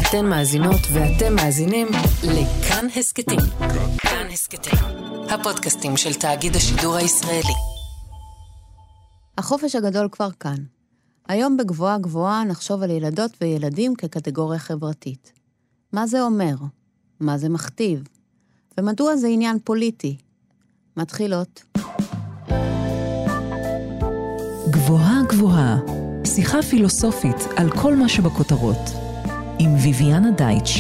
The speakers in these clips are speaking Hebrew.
אתן מאזינות ואתם מאזינים לכאן הסקטים. כאן הסקטים, הפודקאסטים של תאגיד השידור הישראלי. החופש הגדול כבר כאן. היום בגבוהה גבוהה נחשוב על ילדות וילדים כקטגוריה חברתית. מה זה אומר? מה זה מכתיב? ומדוע זה עניין פוליטי? מתחילות. גבוהה גבוהה, שיחה פילוסופית על כל מה שבכותרות, עם ויויאנה דייטש.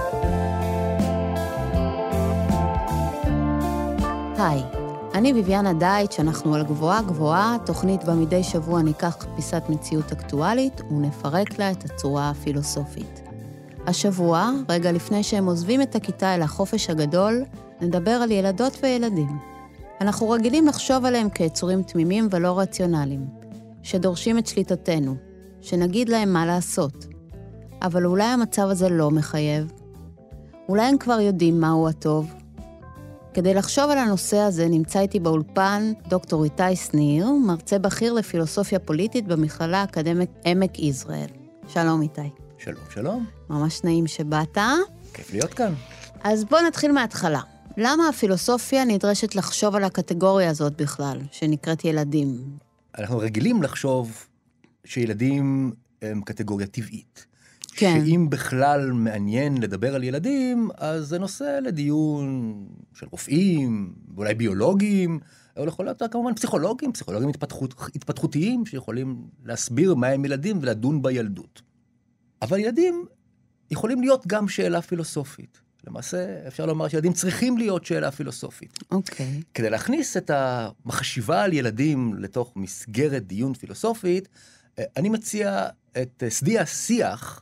היי, אני ויויאנה דייטש, אנחנו על גבוהה גבוהה, תוכנית בה מדי שבוע ניקח פיסת מציאות אקטואלית ונפרק לה את הצורה הפילוסופית. השבוע, רגע לפני שהם עוזבים את הכיתה אל החופש הגדול, נדבר על ילדות וילדים. אנחנו רגילים לחשוב עליהם כיצורים תמימים ולא רציונליים, שדורשים את שליטתנו, שנגיד להם מה לעשות. אבל אולי המצב הזה לא מחייב. אולי הם כבר יודעים מהו הטוב. כדי לחשוב על הנושא הזה נמצא איתי באולפן דוקטור איתי שניר, מרצה בכיר לפילוסופיה פוליטית במכללה האקדמית עמק יזרעאל. שלום איתי. שלום, שלום. ממש נעים שבאת. כיף להיות כאן. אז בוא נתחיל מההתחלה. למה הפילוסופיה נדרשת לחשוב על הקטגוריה הזאת בכלל, שנקראת ילדים? אנחנו רגילים לחשוב שילדים הם קטגוריה טבעית. כן. שאם בכלל מעניין לדבר על ילדים, אז זה נושא לדיון של רופאים, ואולי ביולוגים, או לכל להיות כמובן פסיכולוגים התפתחותיים, שיכולים להסביר מה הם ילדים ולדון בילדות. אבל ילדים יכולים להיות גם שאלה פילוסופית. למעשה, אפשר לומר שילדים צריכים להיות שאלה פילוסופית. אוקיי. כדי להכניס את המחשיבה על ילדים לתוך מסגרת דיון פילוסופית, אני מציע את שדה השיח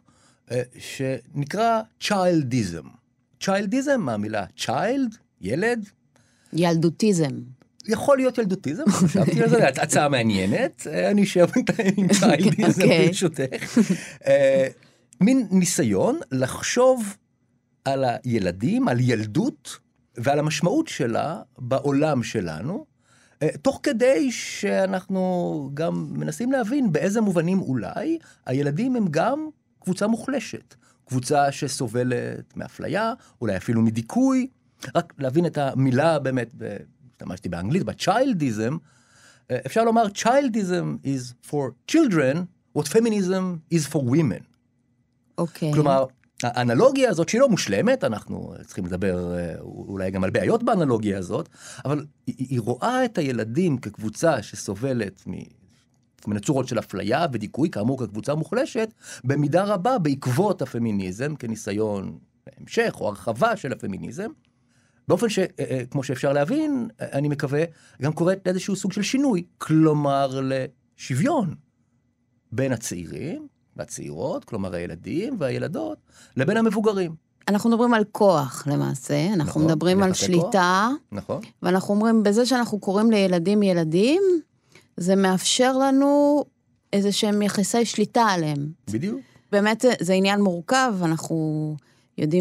שנקרא childism. childism, מה המילה? child, ילד? ילדוטיזם. יכול להיות ילדוטיזם, חשבתי על זה, הצעה מעניינת, אני אשאר עם childism ברשותך. מין ניסיון לחשוב על הילדים, על ילדות, ועל המשמעות שלה בעולם שלנו, תוך כדי שאנחנו גם מנסים להבין באיזה מובנים אולי הילדים הם גם קבוצה מוחלשת, קבוצה שסובלת מאפליה, אולי אפילו מדיכוי. רק להבין את המילה באמת, השתמשתי באנגלית, ב-childism, אפשר לומר childism is for children, what feminism is for women. אוקיי. כלומר, האנלוגיה הזאת שהיא לא מושלמת, אנחנו צריכים לדבר אולי גם על בעיות באנלוגיה הזאת, אבל היא רואה את הילדים כקבוצה שסובלת מכל צורות של אפליה ודיכוי, כאמור כקבוצה מוחלשת, במידה רבה בעקבות הפמיניזם, כניסיון המשך או הרחבה של הפמיניזם, באופן שכמו שאפשר להבין, אני מקווה, גם קוראת לאיזשהו סוג של שינוי, כלומר לשוויון בין הצעירים, והצעירות, כלומר הילדים והילדות, לבין המבוגרים. אנחנו מדברים על כוח למעשה, אנחנו נכון, מדברים על שליטה, נכון. ואנחנו אומרים, בזה שאנחנו קוראים לילדים ילדים, זה מאפשר לנו איזה שהם יחסי שליטה עליהם. בדיוק. באמת זה עניין מורכב, אנחנו יודעים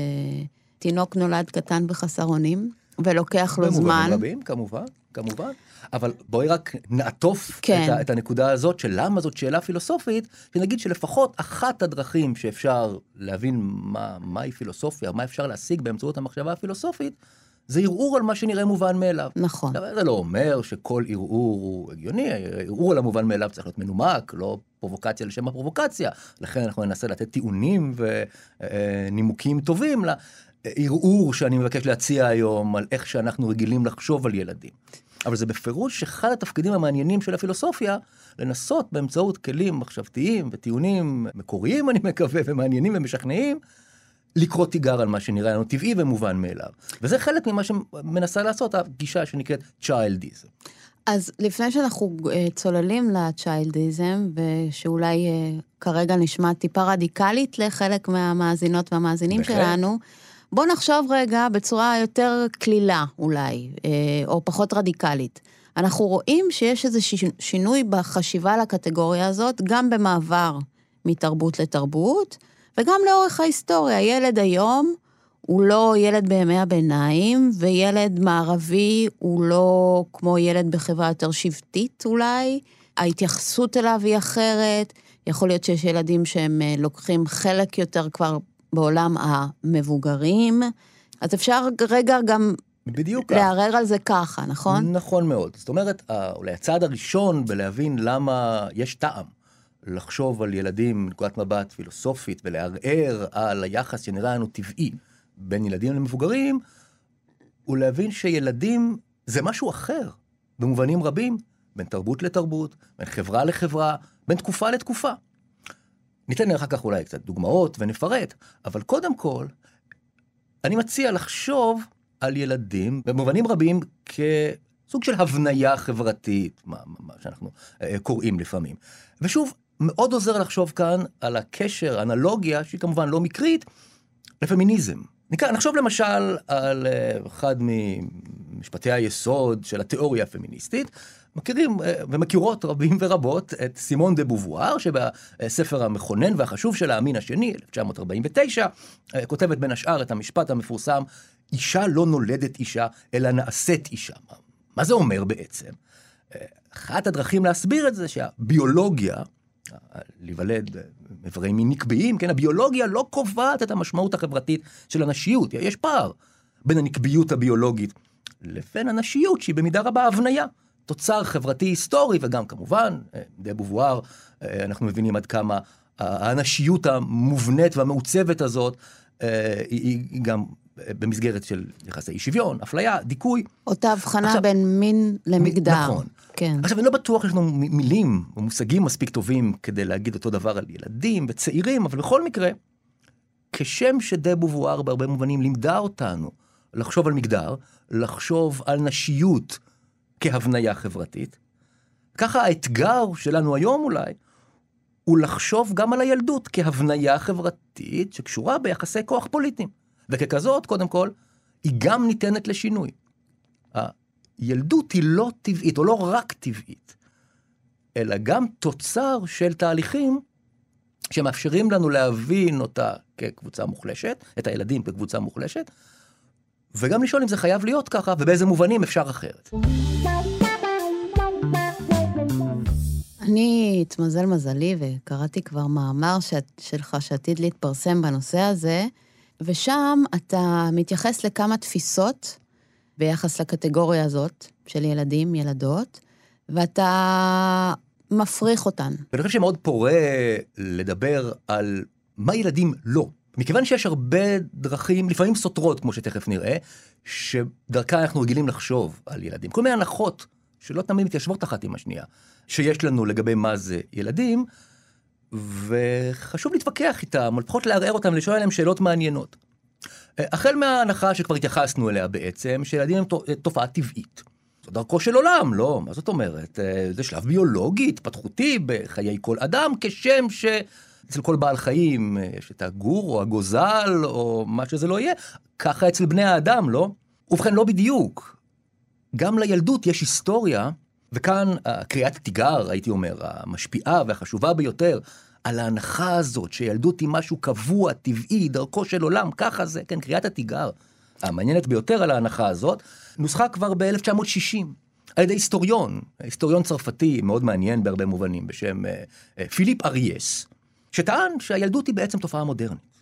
שתינוק נולד קטן וחסר אונים, ולוקח לו זמן. במובנים רבים, כמובן. אבל בואי רק נעטוף את הנקודה הזאת, של למה זאת שאלה פילוסופית, שנגיד שלפחות אחת הדרכים שאפשר להבין מהי פילוסופיה, מה אפשר להשיג באמצעות המחשבה הפילוסופית, זה ערעור על מה שנראה מובן מאליו. נכון. זה לא אומר שכל ערעור הוא הגיוני, ערעור על המובן מאליו צריך להיות מנומק, לא פרובוקציה לשם הפרובוקציה, לכן אנחנו ננסה לתת טיעונים ונימוקים טובים לערעור שאני מבקש להציע היום, על איך שאנחנו רגילים לחשוב על ילדים. אבל זה בפירוש שאחד התפקידים המעניינים של הפילוסופיה, לנסות באמצעות כלים מחשבתיים וטיעונים מקוריים, אני מקווה, ומעניינים ומשכנעים, לקרוא תיגר על מה שנראה לנו טבעי ומובן מאליו. וזה חלק ממה שמנסה לעשות הגישה שנקראת childism. אז לפני שאנחנו צוללים לצ'יילדיזם, ושאולי כרגע נשמע טיפה רדיקלית לחלק מהמאזינות והמאזינים שלנו, בוא נחשוב רגע בצורה יותר כלילה אולי, או פחות רדיקלית. אנחנו רואים שיש איזה שינוי בחשיבה לקטגוריה הזאת, גם במעבר מתרבות לתרבות, וגם לאורך ההיסטוריה. ילד היום הוא לא ילד בימי הביניים, וילד מערבי הוא לא כמו ילד בחברה יותר שבטית אולי, ההתייחסות אליו היא אחרת, יכול להיות שיש ילדים שהם לוקחים חלק יותר כבר בעולם המבוגרים, אז אפשר רגע גם לערער על זה ככה, נכון? נכון מאוד. זאת אומרת, אולי הצעד הראשון בלהבין למה יש טעם לחשוב על ילדים מנקודת מבט פילוסופית ולערער על היחס שנראה לנו טבעי בין ילדים למבוגרים, הוא להבין שילדים זה משהו אחר במובנים רבים, בין תרבות לתרבות, בין חברה לחברה, בין תקופה לתקופה. ניתן אחר כך אולי קצת דוגמאות ונפרט, אבל קודם כל, אני מציע לחשוב על ילדים במובנים רבים כסוג של הבניה חברתית, מה שאנחנו קוראים לפעמים. ושוב, מאוד עוזר לחשוב כאן על הקשר, אנלוגיה, שהיא כמובן לא מקרית, לפמיניזם. נחשוב למשל על אחד ממשפטי היסוד של התיאוריה הפמיניסטית, מכירים ומכירות רבים ורבות את סימון דה בובואר, שבספר המכונן והחשוב של המין השני, 1949, כותבת בין השאר את המשפט המפורסם, אישה לא נולדת אישה, אלא נעשית אישה. מה זה אומר בעצם? אחת הדרכים להסביר את זה שהביולוגיה, להיוולד איברי מין נקביים, כן, הביולוגיה לא קובעת את המשמעות החברתית של הנשיות. יש פער בין הנקביות הביולוגית לבין הנשיות, שהיא במידה רבה הבניה. תוצר חברתי היסטורי, וגם כמובן, דה בובואר, אנחנו מבינים עד כמה האנשיות המובנית והמעוצבת הזאת, היא גם במסגרת של יחסי אי שוויון, אפליה, דיכוי. אותה הבחנה עכשיו, בין מין למגדר. נכון. כן. עכשיו, אני לא בטוח שיש לנו מילים או מושגים מספיק טובים כדי להגיד אותו דבר על ילדים וצעירים, אבל בכל מקרה, כשם שדה בובואר בהרבה מובנים לימדה אותנו לחשוב על מגדר, לחשוב על נשיות כהבניה חברתית, ככה האתגר שלנו היום אולי, הוא לחשוב גם על הילדות כהבניה חברתית שקשורה ביחסי כוח פוליטיים. וככזאת, קודם כל, היא גם ניתנת לשינוי. הילדות היא לא טבעית, או לא רק טבעית, אלא גם תוצר של תהליכים שמאפשרים לנו להבין אותה כקבוצה מוחלשת, את הילדים כקבוצה מוחלשת, וגם לשאול אם זה חייב להיות ככה, ובאיזה מובנים אפשר אחרת. אני התמזל מזלי, וקראתי כבר מאמר שלך שעתיד להתפרסם בנושא הזה, ושם אתה מתייחס לכמה תפיסות ביחס לקטגוריה הזאת של ילדים, ילדות, ואתה מפריך אותן. ואני חושב שמאוד פורה לדבר על מה ילדים לא. מכיוון שיש הרבה דרכים, לפעמים סותרות, כמו שתכף נראה, שדרכה אנחנו רגילים לחשוב על ילדים. כל מיני הנחות שלא תמיד מתיישבות אחת עם השנייה, שיש לנו לגבי מה זה ילדים, וחשוב להתווכח איתם, או לפחות לערער אותם, לשאול עליהם שאלות מעניינות. החל מההנחה שכבר התייחסנו אליה בעצם, שילדים הם תופעה טבעית. זו דרכו של עולם, לא? מה זאת אומרת? זה שלב ביולוגי, התפתחותי בחיי כל אדם, כשם שאצל כל בעל חיים יש את הגור או הגוזל או מה שזה לא יהיה, ככה אצל בני האדם, לא? ובכן, לא בדיוק. גם לילדות יש היסטוריה, וכאן קריאת התיגר, הייתי אומר, המשפיעה והחשובה ביותר, על ההנחה הזאת שילדות היא משהו קבוע, טבעי, דרכו של עולם, ככה זה, כן, קריאת התיגר, המעניינת ביותר על ההנחה הזאת, נוסחה כבר ב-1960, על ידי היסטוריון צרפתי מאוד מעניין בהרבה מובנים, בשם פיליפ אריאס, שטען שהילדות היא בעצם תופעה מודרנית.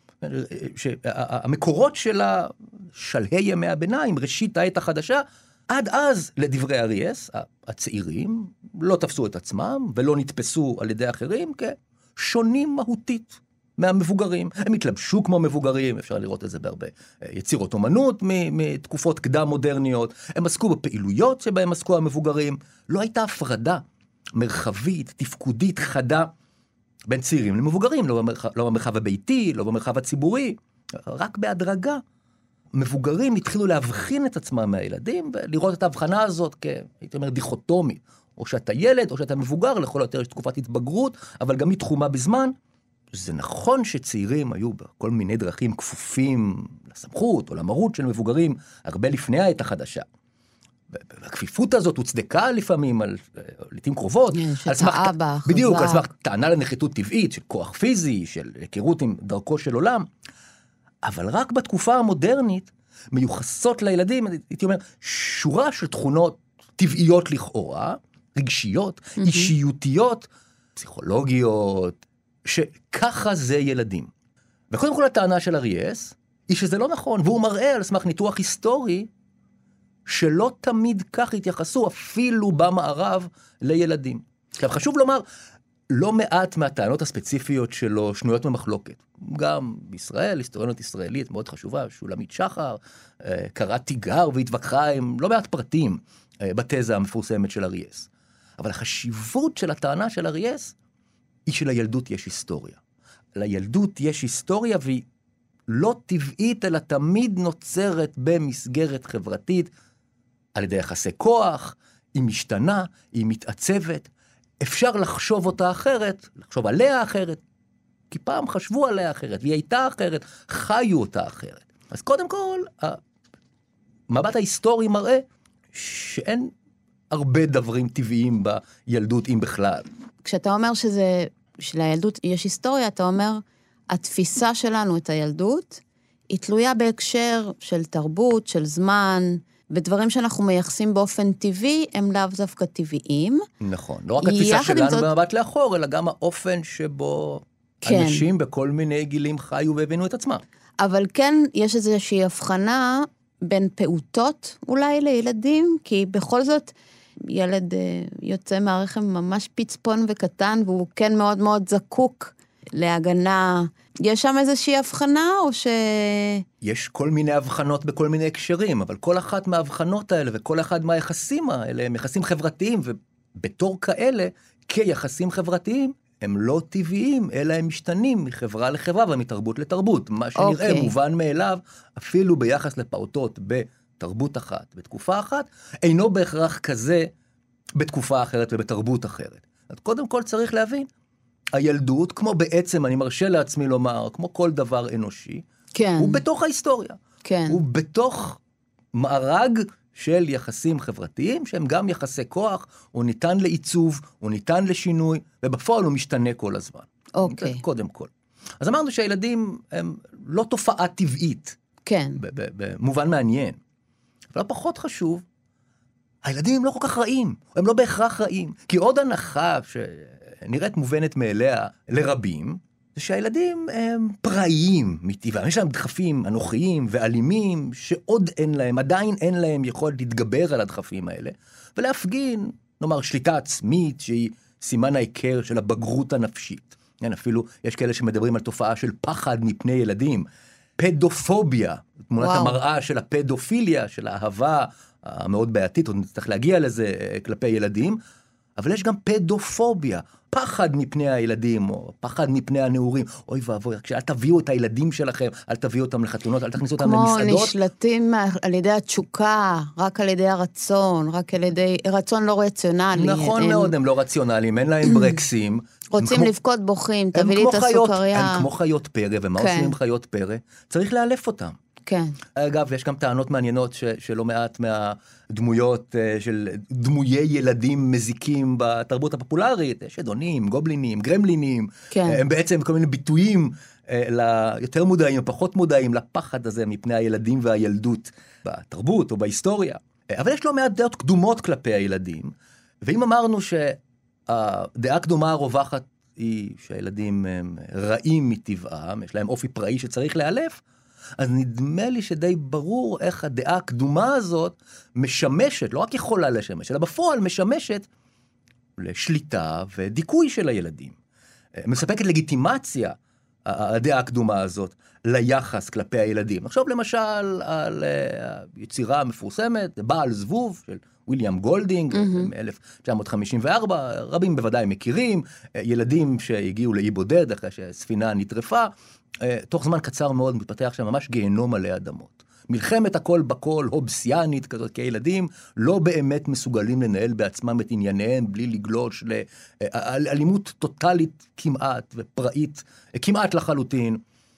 שהמקורות שלה, שלהי ימי הביניים, ראשית העת החדשה, עד אז, לדברי אריאס, הצעירים לא תפסו את עצמם ולא נתפסו על ידי אחרים כשונים מהותית מהמבוגרים. הם התלבשו כמו מבוגרים, אפשר לראות את זה בהרבה יצירות אומנות מתקופות קדם מודרניות. הם עסקו בפעילויות שבהם עסקו המבוגרים. לא הייתה הפרדה מרחבית, תפקודית, חדה, בין צעירים למבוגרים, לא במרחב הביתי, לא במרחב הציבורי, רק בהדרגה. מבוגרים התחילו להבחין את עצמם מהילדים, ולראות את ההבחנה הזאת הייתי אומר, דיכוטומית. או שאתה ילד, או שאתה מבוגר, לכל יותר יש תקופת התבגרות, אבל גם היא תחומה בזמן. זה נכון שצעירים היו בכל מיני דרכים כפופים לסמכות, או למרות של מבוגרים, הרבה לפני העת החדשה. והכפיפות הזאת הוצדקה לפעמים, לעתים קרובות. שטעה בה, חזק. בדיוק, על סמך טענה לנחיתות טבעית, של כוח פיזי, של היכרות עם דרכו של עולם. אבל רק בתקופה המודרנית, מיוחסות לילדים, הייתי אומר, שורה של תכונות טבעיות לכאורה, רגשיות, אישיותיות, פסיכולוגיות, שככה זה ילדים. וקודם כל הטענה של אריאס, היא שזה לא נכון, והוא מראה על סמך ניתוח היסטורי, שלא תמיד כך התייחסו אפילו במערב לילדים. עכשיו חשוב לומר, לא מעט מהטענות הספציפיות שלו שנויות ממחלוקת. גם בישראל, היסטוריונית ישראלית מאוד חשובה, שולמית שחר, קראה תיגר והתווכחה עם לא מעט פרטים בתזה המפורסמת של אריאס. אבל החשיבות של הטענה של אריאס היא שלילדות יש היסטוריה. לילדות יש היסטוריה והיא לא טבעית, אלא תמיד נוצרת במסגרת חברתית, על ידי יחסי כוח, היא משתנה, היא מתעצבת, אפשר לחשוב אותה אחרת, לחשוב עליה אחרת, כי פעם חשבו עליה אחרת, והיא הייתה אחרת, חיו אותה אחרת. אז קודם כל, המבט ההיסטורי מראה שאין הרבה דברים טבעיים בילדות, אם בכלל. כשאתה אומר שלילדות יש היסטוריה, אתה אומר, התפיסה שלנו את הילדות, היא תלויה בהקשר של תרבות, של זמן, ודברים שאנחנו מייחסים באופן טבעי, הם לאו דווקא טבעיים. נכון, לא רק התפיסה שלנו במבט לאחור, אלא גם האופן שבו אנשים בכל מיני גילים חיו והבינו את עצמם. אבל כן, יש איזושהי הבחנה בין פעוטות אולי לילדים, כי בכל זאת, ילד יוצא מהרחם ממש פצפון וקטן, והוא כן מאוד מאוד זקוק להגנה. יש שם איזושהי הבחנה, או ש... יש כל מיני הבחנות בכל מיני הקשרים, אבל כל אחת מההבחנות האלה, וכל אחד מהיחסים האלה, הם יחסים חברתיים, ובתור כאלה, כיחסים חברתיים, הם לא טבעיים, אלא הם משתנים מחברה לחברה, ומתרבות לתרבות. מה שנראה מובן מאליו, אפילו ביחס לפעוטות בתרבות אחת, בתקופה אחת, אינו בהכרח כזה בתקופה אחרת ובתרבות אחרת. אז קודם כל צריך להבין, הילדות, כמו בעצם, אני מרשה לעצמי לומר, כמו כל דבר אנושי, כן. הוא בתוך ההיסטוריה. כן. הוא בתוך מארג של יחסים חברתיים, שהם גם יחסי כוח, הוא ניתן לעיצוב, הוא ניתן לשינוי, ובפועל הוא משתנה כל הזמן. אוקיי. קודם כל. אז אמרנו שהילדים הם לא תופעה טבעית. כן. במובן מעניין. אבל פחות חשוב, הילדים הם לא כל כך רעים, הם לא בהכרח רעים. כי עוד הנחה שנראית מובנת מאליה לרבים, זה שהילדים הם פראיים מטבעם. יש להם דחפים אנוכיים ואלימים, שעוד אין להם, עדיין אין להם יכולת להתגבר על הדחפים האלה, ולהפגין, נאמר, שליטה עצמית, שהיא סימן העיקר של הבגרות הנפשית. אפילו יש כאלה שמדברים על תופעה של פחד מפני ילדים, פדופוביה, תמונת המראה של הפדופיליה, של האהבה המאוד בעייתית, עוד נצטרך להגיע לזה כלפי ילדים, אבל יש גם פדופוביה, פחד מפני הילדים, או פחד מפני הנעורים. אוי ואבוי, אל תביאו את הילדים שלכם, אל תביאו אותם לחתונות, אל תכניסו אותם למסעדות. כמו נשלטים על ידי התשוקה, רק על ידי הרצון, רק על ידי רצון לא רציונלי. נכון מאוד, הם לא רציונליים, אין להם ברקסים. רוצים לבכות בוכים, תביא לי את הסוכריה. הם כמו חיות פרא, ומה עושים עם חיות פרא? צריך לאלף אותם. כן. אגב, יש גם טענות מעניינות שלא מעט מהדמויות של דמויי ילדים מזיקים בתרבות הפופולרית, יש אדונים, גובלינים, גרמלינים, הם בעצם כל מיני ביטויים ליותר מודעים או פחות מודעים לפחד הזה מפני הילדים והילדות בתרבות או בהיסטוריה. אבל יש לא מעט דעות קדומות כלפי הילדים, ואם אמרנו שהדעה הקדומה הרווחת היא שהילדים הם רעים מטבעם, יש להם אופי פראי שצריך לאלף, אז נדמה לי שדי ברור איך הדעה הקדומה הזאת משמשת, לא רק יכולה לשמש, אלא בפועל משמשת לשליטה ודיכוי של הילדים. מספקת לגיטימציה, הדעה הקדומה הזאת, ליחס כלפי הילדים. עכשיו למשל על היצירה המפורסמת, בעל זבוב של וויליאם גולדינג, מ-1954, רבים בוודאי מכירים, ילדים שהגיעו לאי בודד אחרי שהספינה נטרפה, תוך זמן קצר מאוד מתפתח שם ממש גיהנום עלי אדמות. מלחמת הכל בכל, הובסיאנית כזאת, כי הילדים לא באמת מסוגלים לנהל בעצמם את ענייניהם בלי לגלוש לאלימות טוטלית כמעט ופראית, כמעט לחלוטין.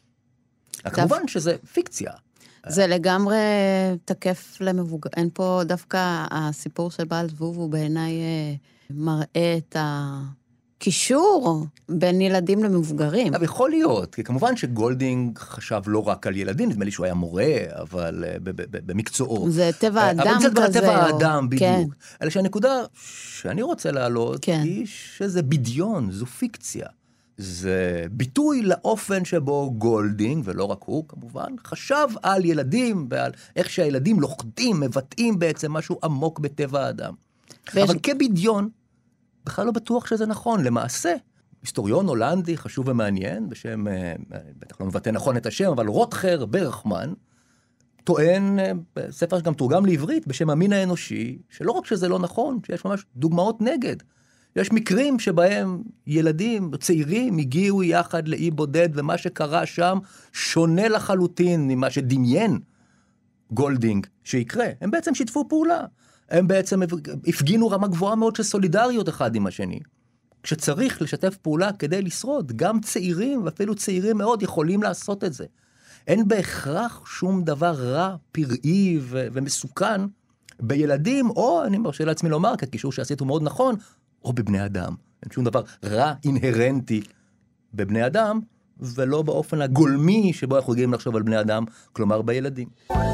כמובן שזה פיקציה. זה לגמרי תקף למבוגר. אין פה דווקא הסיפור של בעל זבוב, הוא בעיניי מראה את קישור בין ילדים למבוגרים. אבל יכול להיות, כי כמובן שגולדינג חשב לא רק על ילדים, נדמה לי שהוא היה מורה, אבל במקצועו. זה טבע האדם כזה. אבל זה טבע האדם, בדיוק. אלא שהנקודה שאני רוצה להעלות, היא שזה בדיון, זו פיקציה. זה ביטוי לאופן שבו גולדינג, ולא רק הוא כמובן, חשב על ילדים, ועל איך שהילדים לוכדים, מבטאים בעצם משהו עמוק בטבע האדם. אבל כבדיון, בכלל לא בטוח שזה נכון. למעשה, היסטוריון הולנדי חשוב ומעניין, בשם, בטח לא מבטא נכון את השם, אבל רוטגר ברכמן, טוען, ספר שגם תורגם לעברית, בשם המין האנושי, שלא רק שזה לא נכון, שיש ממש דוגמאות נגד. יש מקרים שבהם ילדים, צעירים, הגיעו יחד לאי בודד, ומה שקרה שם שונה לחלוטין ממה שדמיין גולדינג שיקרה. הם בעצם שיתפו פעולה. הם בעצם הפגינו רמה גבוהה מאוד של סולידריות אחד עם השני. כשצריך לשתף פעולה כדי לשרוד, גם צעירים, ואפילו צעירים מאוד, יכולים לעשות את זה. אין בהכרח שום דבר רע, פראי ומסוכן בילדים, או, אני מרשה לעצמי לומר, כי הקישור שעשית הוא מאוד נכון, או בבני אדם. אין שום דבר רע אינהרנטי בבני אדם, ולא באופן הגולמי שבו אנחנו רגילים לחשוב על בני אדם, כלומר בילדים.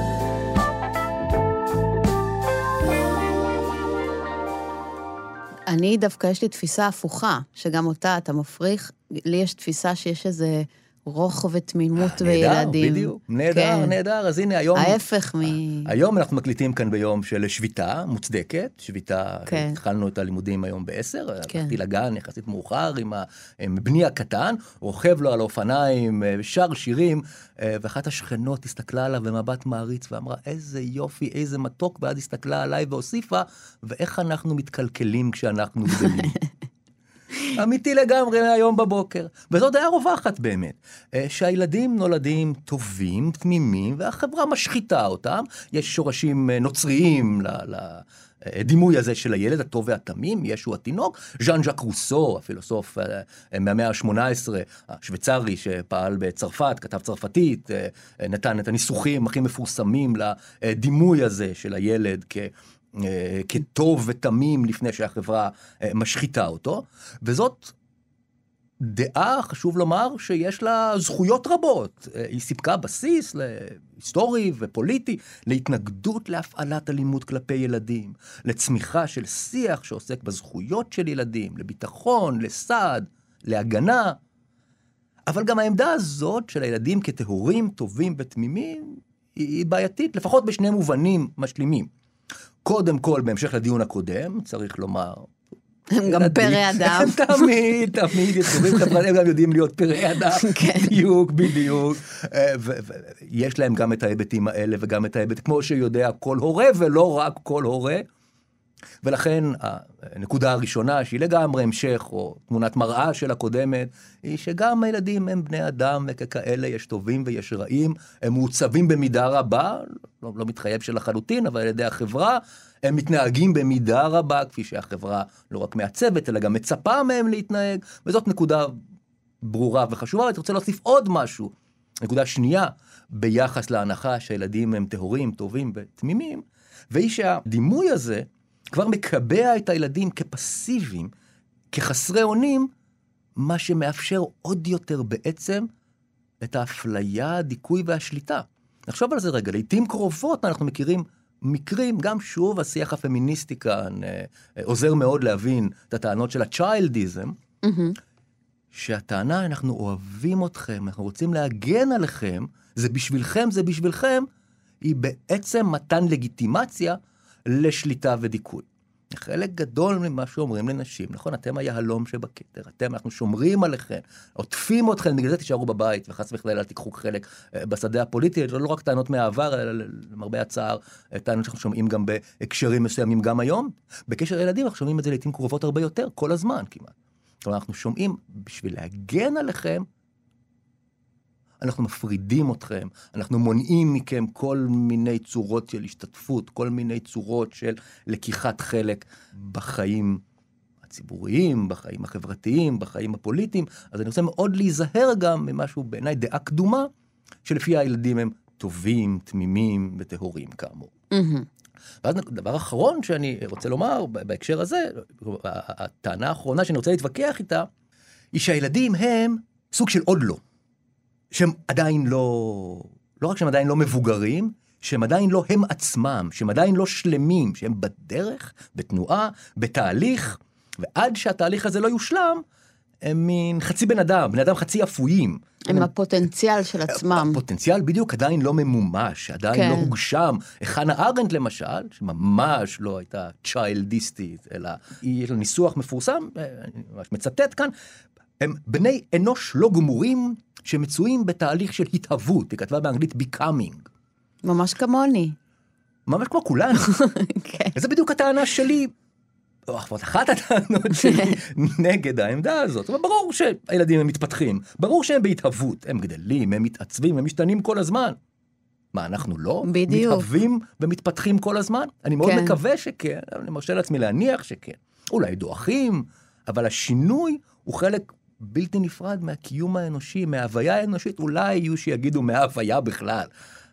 אני דווקא יש לי תפיסה הפוכה, שגם אותה אתה מפריך, לי יש תפיסה שיש איזה רוח ותמימות בילדים. נהדר, בדיוק, נהדר, נהדר, אז הנה היום... ההפך היום אנחנו מקליטים כאן ביום של שביתה מוצדקת, שביתה, התחלנו את הלימודים היום ב10, הלכתי לגן יחסית מאוחר עם בני הקטן, רוכב לו על האופניים, שר שירים, ואחת השכנות הסתכלה עליו במבט מעריץ ואמרה, איזה יופי, איזה מתוק, ואז הסתכלה עליי והוסיפה, ואיך אנחנו מתקלקלים כשאנחנו גדלים. אמיתי לגמרי היום בבוקר. וזאת היה רווחת באמת. שהילדים נולדים טובים, תמימים, והחברה משחיתה אותם. יש שורשים נוצריים לדימוי הזה של הילד הטוב והתמים, ישו התינוק. ז'אן ז'אק רוסו, הפילוסוף מהמאה ה-18, השוויצרי שפעל בצרפת, כתב צרפתית, נתן את הניסוחים הכי מפורסמים לדימוי הזה של הילד כטוב ותמים לפני שהחברה משחיתה אותו, וזאת דעה, חשוב לומר, שיש לה זכויות רבות. היא סיפקה בסיס להיסטורי ופוליטי, להתנגדות להפעלת אלימות כלפי ילדים, לצמיחה של שיח שעוסק בזכויות של ילדים, לביטחון, לסעד, להגנה. אבל גם העמדה הזאת של הילדים כטהורים, טובים ותמימים, היא בעייתית, לפחות בשני מובנים משלימים. קודם כל, בהמשך לדיון הקודם, צריך לומר... הם גם פרעי אדם. הם תמיד יצורים חברתיים, הם גם יודעים להיות פרעי אדם. בדיוק. ויש להם גם את ההיבטים האלה, וגם את ההיבט, כמו שיודע כל הורה, ולא רק כל הורה. ולכן, הנקודה הראשונה, שהיא לגמרי המשך, או תמונת מראה של הקודמת, היא שגם הילדים הם בני אדם, וככאלה יש טובים ויש רעים, הם מעוצבים במידה רבה, לא מתחייב של לחלוטין, אבל על ידי החברה, הם מתנהגים במידה רבה, כפי שהחברה לא רק מעצבת, אלא גם מצפה מהם להתנהג, וזאת נקודה ברורה וחשובה. ואני רוצה להוסיף עוד משהו, נקודה שנייה, ביחס להנחה שהילדים הם טהורים, טובים ותמימים, והיא שהדימוי הזה, כבר מקבע את הילדים כפסיביים, כחסרי אונים, מה שמאפשר עוד יותר בעצם את האפליה, הדיכוי והשליטה. נחשוב על זה רגע, לעתים קרובות אנחנו מכירים מקרים, גם שוב השיח הפמיניסטי כאן עוזר מאוד להבין את הטענות של הצ'יילדיזם, שהטענה, אנחנו אוהבים אתכם, אנחנו רוצים להגן עליכם, זה בשבילכם, היא בעצם מתן לגיטימציה לשליטה ודיכוי. חלק גדול ממה שאומרים לנשים, נכון, אתם היהלום שבכתר, אנחנו שומרים עליכם, עוטפים אתכם, בגלל זה תישארו בבית, וחס וחלילה תיקחו חלק בשדה הפוליטי, לא רק טענות מהעבר, אלא למרבה הצער, טענות שאנחנו שומעים גם בהקשרים מסוימים גם היום. בקשר לילדים, אנחנו שומעים את זה לעתים קרובות הרבה יותר, כל הזמן כמעט. כלומר, אנחנו שומעים, בשביל להגן עליכם, אנחנו מפרידים אתכם, אנחנו מונעים מכם כל מיני צורות של השתתפות, כל מיני צורות של לקיחת חלק בחיים הציבוריים, בחיים החברתיים, בחיים הפוליטיים. אז אני רוצה מאוד להיזהר גם ממשהו בעיניי דעה קדומה, שלפי הילדים הם טובים, תמימים וטהורים כאמור. ואז דבר אחרון שאני רוצה לומר בהקשר הזה, הטענה האחרונה שאני רוצה להתווכח איתה, היא שהילדים הם סוג של עוד לא. שהם עדיין לא רק שהם עדיין לא מבוגרים, שהם עדיין לא הם עצמם, שהם עדיין לא שלמים, שהם בדרך, בתנועה, בתהליך, ועד שהתהליך הזה לא יושלם, הם מין חצי בן אדם חצי אפויים. הם הפוטנציאל של עצמם. הפוטנציאל בדיוק עדיין לא ממומש, עדיין לא הוגשם. חנה ארנדט למשל, שממש לא הייתה צ'יילדיסטית, אלא יש לה ניסוח מפורסם, אני ממש מצטט כאן, הם בני אנוש לא גמורים שמצויים בתהליך של התהוות, היא כתבה באנגלית becoming. ממש כמוני. ממש כמו כולנו. וזה בדיוק הטענה שלי, או אחת הטענות שלי נגד העמדה הזאת. אבל ברור שהילדים הם מתפתחים, ברור שהם בהתהוות, הם גדלים, הם מתעצבים, הם משתנים כל הזמן. מה, אנחנו לא? בדיוק. מתהווים ומתפתחים כל הזמן? אני מאוד מקווה שכן, אני מרשה לעצמי להניח שכן. אולי דועכים, אבל השינוי הוא חלק בלתי נפרד מהקיום האנושי, מההוויה האנושית, אולי יהיו שיגידו מההוויה בכלל.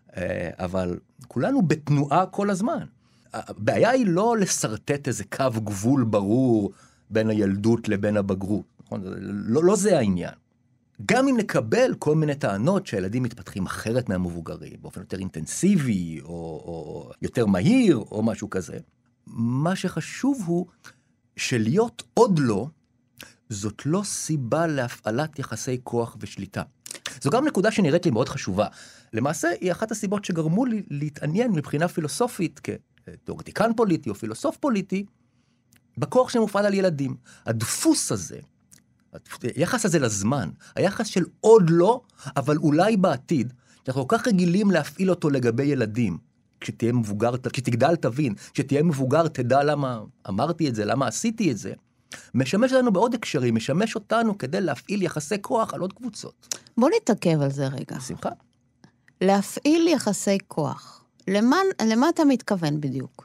אבל כולנו בתנועה כל הזמן. הבעיה היא לא לסרטט איזה קו גבול ברור בין הילדות לבין הבגרות. נכון? לא זה העניין. גם אם נקבל כל מיני טענות שהילדים מתפתחים אחרת מהמבוגרים, באופן יותר אינטנסיבי או יותר מהיר או משהו כזה, מה שחשוב הוא שלהיות עוד לא, זאת לא סיבה להפעלת יחסי כוח ושליטה. זו גם נקודה שנראית לי מאוד חשובה. למעשה, היא אחת הסיבות שגרמו לי להתעניין מבחינה פילוסופית, כתיאורטיקן פוליטי או פילוסוף פוליטי, בכוח שמופעל על ילדים. הדפוס הזה, היחס הזה לזמן, היחס של עוד לא, אבל אולי בעתיד, אנחנו כל כך רגילים להפעיל אותו לגבי ילדים. כשתהיה מבוגר, כשתגדל תבין, כשתהיה מבוגר תדע למה אמרתי את זה, למה עשיתי את זה. משמש לנו בעוד הקשרים, משמש אותנו כדי להפעיל יחסי כוח על עוד קבוצות. בוא נתעכב על זה רגע. שמחה. להפעיל יחסי כוח. למה אתה מתכוון בדיוק?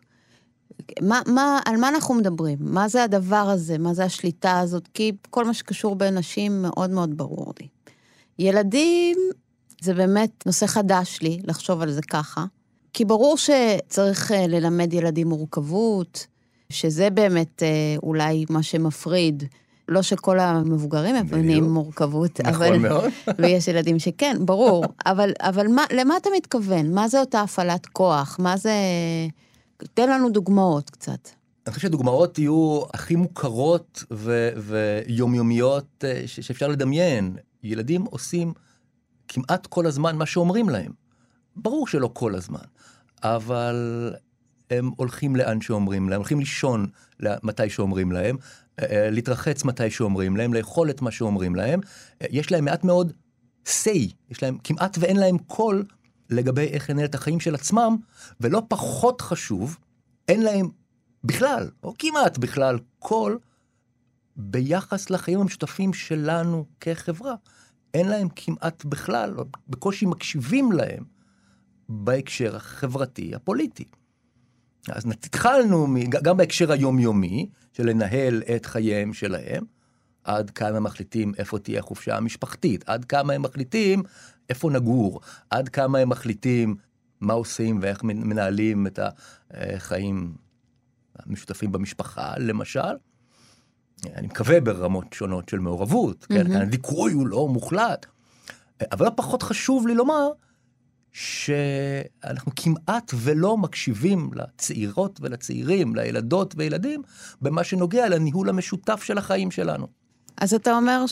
על מה אנחנו מדברים? מה זה הדבר הזה? מה זה השליטה הזאת? כי כל מה שקשור באנשים מאוד מאוד ברור לי. ילדים, זה באמת נושא חדש לי, לחשוב על זה ככה. כי ברור שצריך ללמד ילדים מורכבות, שזה באמת אולי מה שמפריד, לא שכל המבוגרים מבינים מורכבות, נכון מאוד. ויש ילדים שכן, ברור, אבל למה אתה מתכוון? מה זה אותה הפעלת כוח? מה זה... תן לנו דוגמאות קצת. אני חושב שדוגמאות יהיו הכי מוכרות ויומיומיות שאפשר לדמיין. ילדים עושים כמעט כל הזמן מה שאומרים להם. ברור שלא כל הזמן, אבל הם הולכים לאן שאומרים להם, הולכים לישון מתי שאומרים להם, להתרחץ מתי שאומרים להם, לאכול את מה שאומרים להם. יש להם מעט מאוד say, יש להם כמעט ואין להם קול לגבי איך לנהל את החיים של עצמם, ולא פחות חשוב, אין להם בכלל, או כמעט בכלל, קול ביחס לחיים המשותפים שלנו כחברה. אין להם כמעט בכלל, או בקושי מקשיבים להם, בהקשר החברתי, הפוליטי. אז התחלנו גם בהקשר היומיומי, של לנהל את חייהם שלהם, עד כמה הם מחליטים איפה תהיה חופשה המשפחתית, עד כמה הם מחליטים איפה נגור, עד כמה הם מחליטים מה עושים ואיך מנהלים את החיים המשותפים במשפחה, למשל. אני מקווה ברמות שונות של מעורבות, כן? כאן הדיכוי הוא לא מוחלט. אבל לא פחות חשוב לי לומר, שאנחנו כמעט ולא מקשיבים לצעירות ולצעירים, לילדות וילדים, במה שנוגע לניהול המשותף של החיים שלנו. אז אתה אומר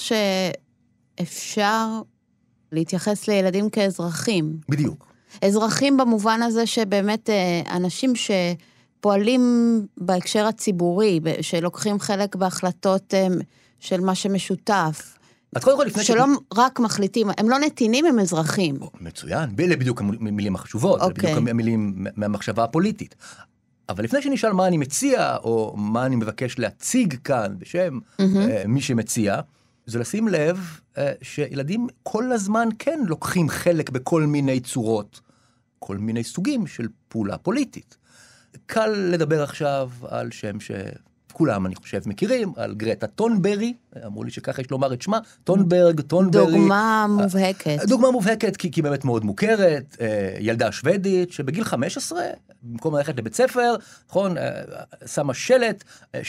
שאפשר להתייחס לילדים כאזרחים. בדיוק. אזרחים במובן הזה שבאמת אנשים שפועלים בהקשר הציבורי, שלוקחים חלק בהחלטות של מה שמשותף. אז קודם כל לפני שלא רק מחליטים, הם לא נתינים, הם אזרחים. מצוין, אלה בדיוק המילים החשובות, זה בדיוק המילים מהמחשבה הפוליטית. אבל לפני שנשאל מה אני מציע, או מה אני מבקש להציג כאן בשם מי שמציע, זה לשים לב שילדים כל הזמן כן לוקחים חלק בכל מיני צורות, כל מיני סוגים של פעולה פוליטית. קל לדבר עכשיו על שם כולם, אני חושב, מכירים, על גרטה טונברי, אמרו לי שככה יש לומר את שמה, טונברי. דוגמה מובהקת. דוגמה מובהקת, כי היא באמת מאוד מוכרת, ילדה שוודית, שבגיל 15, במקום ללכת לבית ספר, נכון, שמה שלט,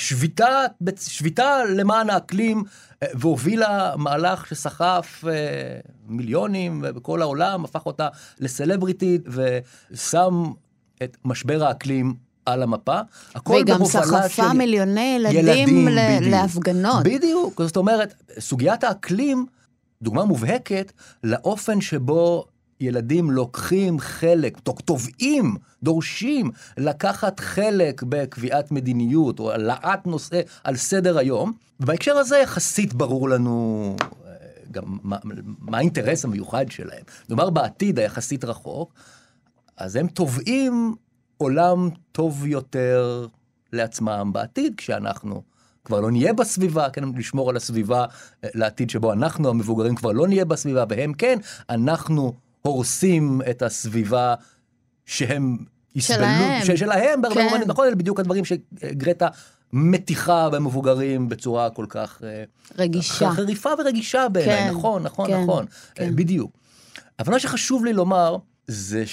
שביתה למען האקלים, והובילה מהלך שסחף מיליונים בכל העולם, הפך אותה לסלבריטית, ושם את משבר האקלים על המפה. וגם סחפה מיליוני ילדים להפגנות. בדיוק, זאת אומרת, סוגיית האקלים, דוגמה מובהקת לאופן שבו ילדים לוקחים חלק, תובעים, דורשים לקחת חלק בקביעת מדיניות, או העלאת נושא על סדר היום. ובהקשר הזה יחסית ברור לנו גם מה האינטרס המיוחד שלהם. נאמר בעתיד היחסית רחוק, אז הם תובעים עולם טוב יותר לעצמם בעתיד, כשאנחנו כבר לא נהיה בסביבה, כן, לשמור על הסביבה לעתיד שבו אנחנו המבוגרים כבר לא נהיה בסביבה, והם כן, אנחנו הורסים את הסביבה שהם יסבלו, שלהם, בהרבה מובנים, נכון, אלה בדיוק הדברים שגרטה מתיחה במבוגרים בצורה כל כך רגישה. חריפה ורגישה בעיניי, נכון, בדיוק. אבל מה שחשוב לי לומר, זה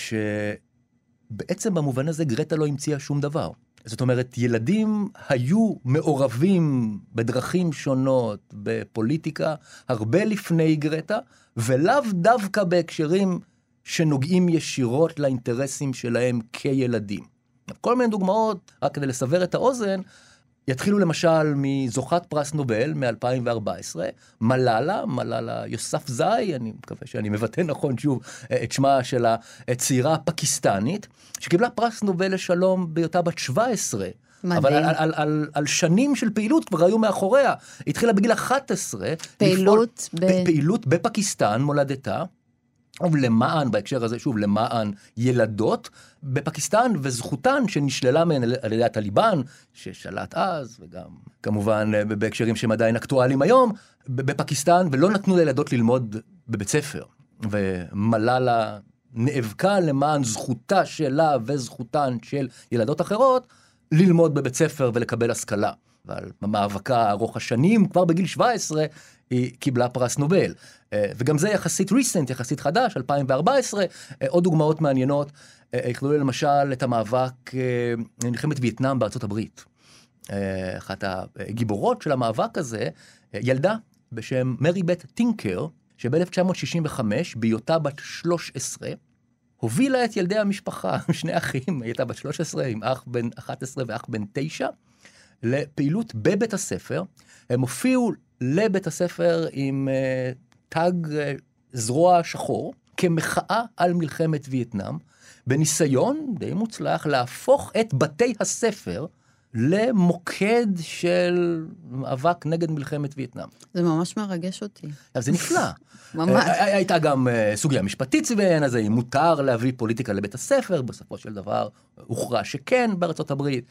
שבעצם במובן הזה גרטה לא המציאה שום דבר. זאת אומרת, ילדים היו מעורבים בדרכים שונות בפוליטיקה, הרבה לפני גרטה, ולאו דווקא בהקשרים שנוגעים ישירות לאינטרסים שלהם כילדים. כל מיני דוגמאות, רק כדי לסבר את האוזן, יתחילו למשל מזוכת פרס נובל מ-2014, מלאלה יוספזאי, אני מקווה שאני מבטא נכון שוב את שמה של הצעירה הפקיסטנית, שקיבלה פרס נובל לשלום בהיותה בת 17, מדהים. אבל על שנים של פעילות כבר היו מאחוריה. התחילה בגיל 11, פעילות בפקיסטן, מולדתה, למען, בהקשר הזה שוב, למען ילדות בפקיסטן, וזכותן שנשללה מהן על ידי הטליבן, ששלט אז, וגם כמובן בהקשרים שהם עדיין אקטואליים היום, בפקיסטן, ולא נתנו לילדות ללמוד בבית ספר. ומלאלה נאבקה למען זכותה שלה וזכותן של ילדות אחרות, ללמוד בבית ספר ולקבל השכלה. ועל המאבקה ארוך השנים, כבר בגיל 17, היא קיבלה פרס נובל. וגם זה יחסית ריסנט, יחסית חדש, 2014. עוד דוגמאות מעניינות, יכלו למשל את המאבק מלחמת וייטנאם בארצות הברית. אחת הגיבורות של המאבק הזה, ילדה בשם מרי בית טינקר, שב-1965, בהיותה בת 13, הובילה את ילדי המשפחה, שני אחים, היא הייתה בת 13, עם אח בן 11 ואח בן 9, לפעילות בבית הספר. הם הופיעו לבית הספר עם תג זרוע שחור, כמחאה על מלחמת וייטנאם, בניסיון די מוצלח להפוך את בתי הספר למוקד של מאבק נגד מלחמת וייטנאם. זה ממש מרגש אותי. אז זה נפלא. ממש. הייתה גם סוגיה משפטית סביבן, אז אם מותר להביא פוליטיקה לבית הספר, בסופו של דבר הוכרע שכן בארצות הברית,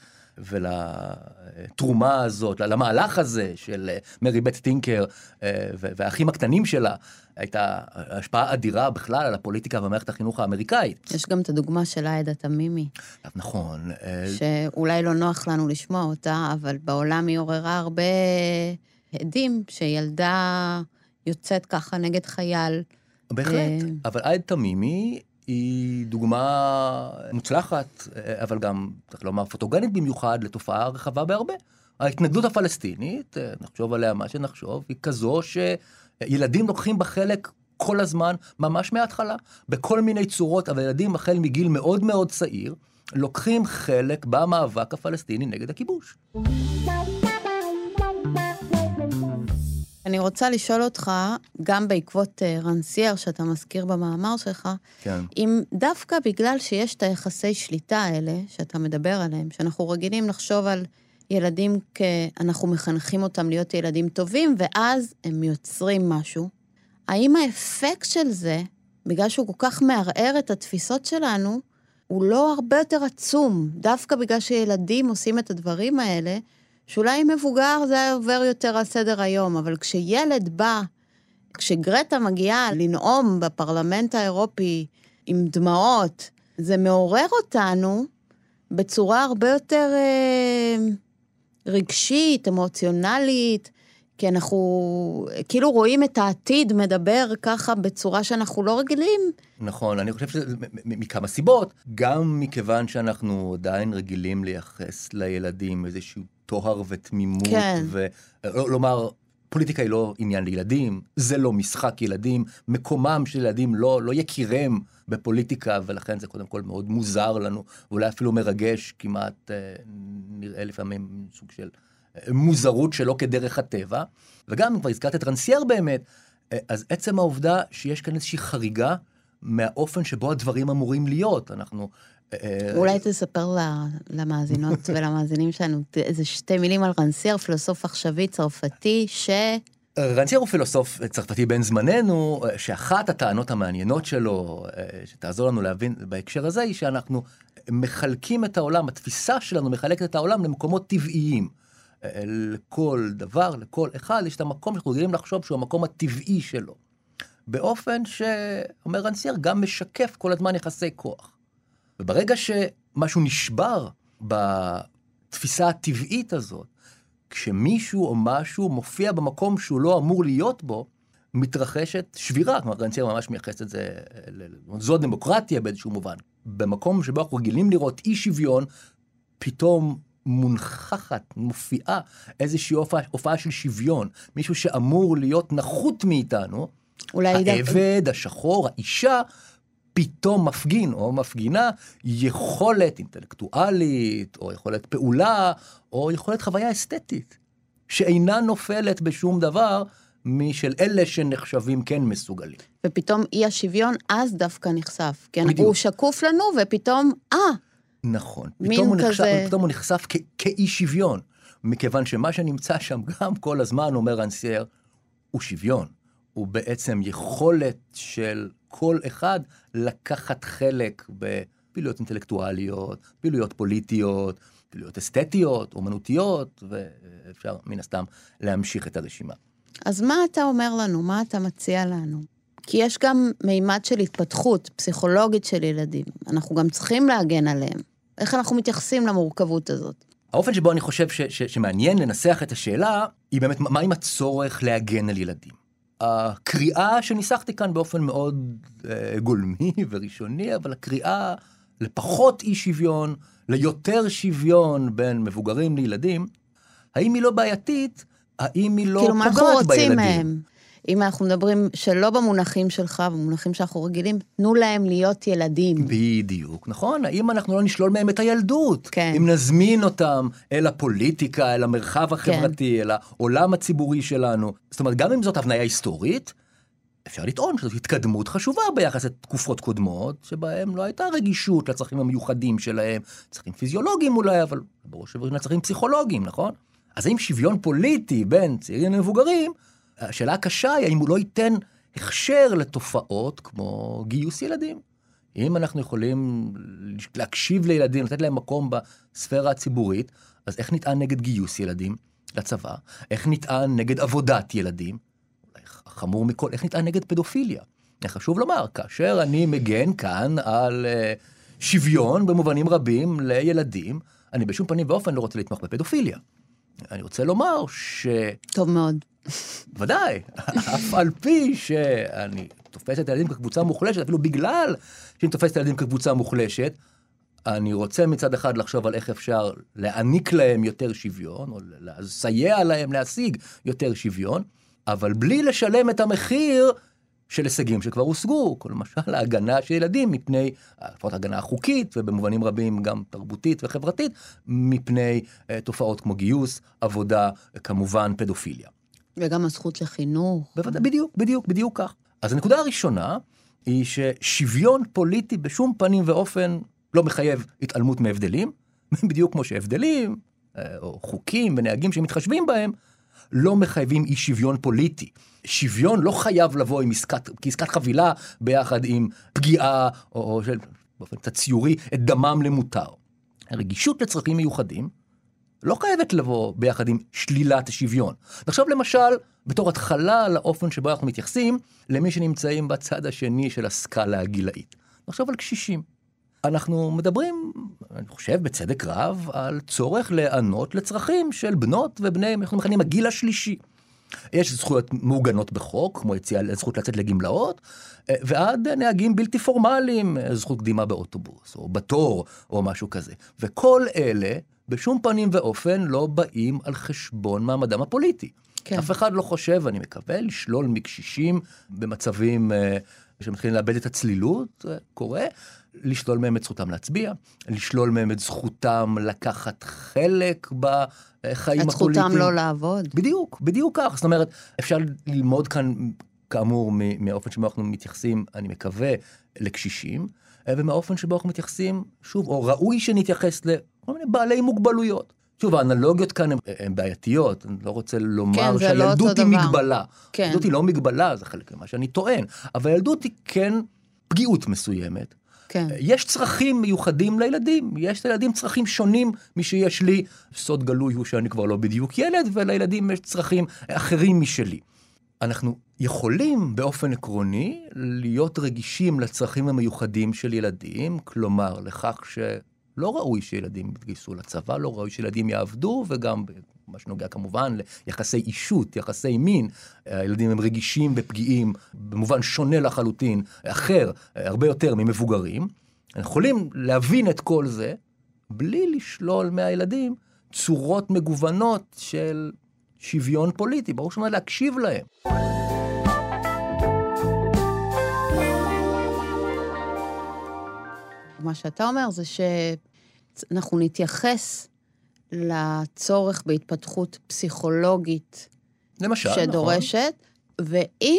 ולתרומה הזאת, למהלך הזה של מרי בית טינקר והאחים הקטנים שלה, הייתה השפעה אדירה בכלל על הפוליטיקה ומערכת החינוך האמריקאית. יש גם את הדוגמה של עאידה תמימי. נכון. שאולי לא נוח לנו לשמוע אותה, אבל בעולם היא עוררה הרבה עדים שילדה יוצאת ככה נגד חייל. בהחלט, אבל עאידה תמימי היא דוגמה מוצלחת, אבל גם, צריך לומר, פוטוגנית במיוחד לתופעה רחבה בהרבה. ההתנגדות הפלסטינית, נחשוב עליה מה שנחשוב, היא כזו שילדים לוקחים בחלק כל הזמן, ממש מההתחלה, בכל מיני צורות, אבל ילדים החל מגיל מאוד מאוד צעיר, לוקחים חלק במאבק הפלסטיני נגד הכיבוש. אני רוצה לשאול אותך, גם בעקבות רנסייר שאתה מזכיר במאמר שלך, כן. אם דווקא בגלל שיש את היחסי שליטה האלה, שאתה מדבר עליהם, שאנחנו רגילים לחשוב על ילדים אנחנו מחנכים אותם להיות ילדים טובים, ואז הם יוצרים משהו, האם האפקט של זה, בגלל שהוא כל כך מערער את התפיסות שלנו, הוא לא הרבה יותר עצום, דווקא בגלל שילדים עושים את הדברים האלה, שאולי מבוגר זה עובר יותר על סדר היום, אבל כשילד בא, כשגרטה מגיעה לנאום בפרלמנט האירופי עם דמעות, זה מעורר אותנו בצורה הרבה יותר רגשית, אמוציונלית, כי אנחנו כאילו רואים את העתיד מדבר ככה בצורה שאנחנו לא רגילים. נכון, אני חושב שזה מכמה סיבות, גם מכיוון שאנחנו עדיין רגילים לייחס לילדים איזשהו תוהר ותמימות, כן. ולומר, פוליטיקה היא לא עניין לילדים, זה לא משחק ילדים, מקומם של ילדים לא יכירם בפוליטיקה, ולכן זה קודם כל מאוד מוזר לנו, ואולי אפילו מרגש, כמעט נראה לפעמים סוג של מוזרות שלא כדרך הטבע, וגם כבר הזכרת את רנסייר באמת, אז עצם העובדה שיש כאן איזושהי חריגה מהאופן שבו הדברים אמורים להיות, אנחנו... אולי תספר למאזינות ולמאזינים שלנו איזה 2 מילים על רנסייר, פילוסוף עכשווי צרפתי רנסייר הוא פילוסוף צרפתי בן זמננו, שאחת הטענות המעניינות שלו, שתעזור לנו להבין בהקשר הזה, היא שאנחנו מחלקים את העולם, התפיסה שלנו מחלקת את העולם למקומות טבעיים. לכל דבר, לכל אחד, יש את המקום שאנחנו רגילים לחשוב שהוא המקום הטבעי שלו. באופן שאומר רנסייר, גם משקף כל הזמן יחסי כוח. וברגע שמשהו נשבר בתפיסה הטבעית הזאת, כשמישהו או משהו מופיע במקום שהוא לא אמור להיות בו, מתרחשת שבירה. כלומר, רנסייר ממש מייחס את זה, זו דמוקרטיה באיזשהו מובן. במקום שבו אנחנו רגילים לראות אי שוויון, פתאום מונחחת, מופיעה איזושהי הופעה של שוויון. מישהו שאמור להיות נחות מאיתנו, העבד, השחור, האישה, פתאום מפגין או מפגינה יכולת אינטלקטואלית, או יכולת פעולה, או יכולת חוויה אסתטית, שאינה נופלת בשום דבר משל אלה שנחשבים כן מסוגלים. ופתאום אי השוויון אז דווקא נחשף, כן? הוא שקוף לנו ופתאום, נכון, פתאום הוא נחשף כאי שוויון, מכיוון שמה שנמצא שם גם כל הזמן, אומר רנסייר, הוא שוויון. הוא בעצם יכולת של כל אחד לקחת חלק בפעילויות אינטלקטואליות, פעילויות פוליטיות, פעילויות אסתטיות, אומנותיות, ואפשר מן הסתם להמשיך את הרשימה. אז מה אתה אומר לנו? מה אתה מציע לנו? כי יש גם מימד של התפתחות פסיכולוגית של ילדים. אנחנו גם צריכים להגן עליהם. איך אנחנו מתייחסים למורכבות הזאת? האופן שבו אני חושב שמעניין לנסח את השאלה, היא באמת מה עם הצורך להגן על ילדים. הקריאה שניסחתי כאן באופן מאוד גולמי וראשוני, אבל הקריאה לפחות אי שוויון, ליותר שוויון בין מבוגרים לילדים, האם היא לא בעייתית? האם היא לא פוגעת בילדים? כאילו מה אנחנו רוצים מהם? אם אנחנו מדברים שלא במונחים שלך, במונחים שאנחנו רגילים, תנו להם להיות ילדים. בדיוק, נכון? האם אנחנו לא נשלול מהם את הילדות? כן. אם נזמין אותם אל הפוליטיקה, אל המרחב החברתי, אל העולם הציבורי שלנו. זאת אומרת, גם אם זאת הבניה היסטורית, אפשר לטעון שזאת התקדמות חשובה ביחס לתקופות קודמות, שבהם לא הייתה רגישות לצרכים המיוחדים שלהם, צרכים פיזיולוגיים אולי, אבל בראש ובראשונה צרכים פסיכולוגיים, נכון? אז האם שוויון פוליטי בין צעירים למבוגרים, השאלה הקשה היא, האם הוא לא ייתן הכשר לתופעות כמו גיוס ילדים? אם אנחנו יכולים להקשיב לילדים, לתת להם מקום בספירה הציבורית, אז איך נטען נגד גיוס ילדים לצבא? איך נטען נגד עבודת ילדים? חמור מכל, איך נטען נגד פדופיליה? חשוב לומר, כאשר אני מגן כאן על שוויון במובנים רבים לילדים, אני בשום פנים ואופן לא רוצה לתמוך בפדופיליה. אני רוצה לומר טוב מאוד. ודאי, אף על פי שאני תופס את הילדים כקבוצה מוחלשת, אפילו בגלל שאני תופס את הילדים כקבוצה מוחלשת, אני רוצה מצד אחד לחשוב על איך אפשר להעניק להם יותר שוויון, או לסייע להם להשיג יותר שוויון, אבל בלי לשלם את המחיר של הישגים שכבר הושגו, כל למשל ההגנה של ילדים מפני, לפחות ההגנה החוקית, ובמובנים רבים גם תרבותית וחברתית, מפני תופעות כמו גיוס, עבודה, כמובן פדופיליה. וגם הזכות לחינוך. בדיוק כך. אז הנקודה הראשונה היא ששוויון פוליטי בשום פנים ואופן לא מחייב התעלמות מהבדלים, בדיוק כמו שהבדלים, או חוקים ונהגים שמתחשבים בהם, לא מחייבים אי שוויון פוליטי. שוויון לא חייב לבוא עם כעסקת חבילה ביחד עם פגיעה, או באופן קצת ציורי, את דמם למותר. הרגישות לצרכים מיוחדים לא חייבת לבוא ביחד עם שלילת השוויון. עכשיו למשל, בתור התחלה לאופן שבו אנחנו מתייחסים, למי שנמצאים בצד השני של הסקאלה הגילאית. עכשיו על קשישים. אנחנו מדברים אני חושב בצדק רב, על צורך לענות לצרכים של בנות ובני, אנחנו מכנים הגיל השלישי. יש זכויות מעוגנות בחוק, כמו זכות לצאת לגמלאות, ועד נהגים בלתי פורמליים, זכות קדימה באוטובוס, או בתור, או משהו כזה. וכל אלה, בשום פנים ואופן, לא באים על חשבון מעמדם הפוליטי. כן. אף אחד לא חושב, אני מקווה, לשלול מקשישים במצבים שמתחילים לאבד את הצלילות, קורה, לשלול מהם את זכותם להצביע, לשלול מהם את זכותם לקחת חלק בחיים הפוליטיים. את זכותם לא לעבוד. בדיוק כך. זאת אומרת, אפשר ללמוד כאן, כאמור, מהאופן שבו אנחנו מתייחסים, אני מקווה, לקשישים, ומהאופן שבו אנחנו מתייחסים, שוב, או ראוי שנתייחס לכל מיני בעלי מוגבלויות. שוב, האנלוגיות כאן הן בעייתיות, אני לא רוצה לומר שהילדות היא מגבלה. ילדות היא לא מגבלה, זה חלק ממה שאני טוען, אבל ילדות היא כן פגיעות מסוימת. יש צרכים מיוחדים לילדים, יש לילדים צרכים שונים משיש לי, סוד גלוי הוא שאני כבר לא בדיוק ילד, ולילדים יש צרכים אחרים משלי. אנחנו יכולים באופן עקרוני להיות רגישים לצרכים המיוחדים של ילדים, כלומר לכך שלא ראוי שילדים יתגייסו לצבא, לא ראוי שילדים יעבדו, וגם מה שנוגע כמובן ליחסי אישות, יחסי מין, הילדים הם רגישים ופגיעים במובן שונה לחלוטין, אחר, הרבה יותר ממבוגרים. אנחנו יכולים להבין את כל זה בלי לשלול מהילדים צורות מגוונות של שוויון פוליטי, ברור שאומר להקשיב להם. מה שאתה אומר זה שאנחנו נתייחס לצורך בהתפתחות פסיכולוגית למשל, שדורשת, נכון.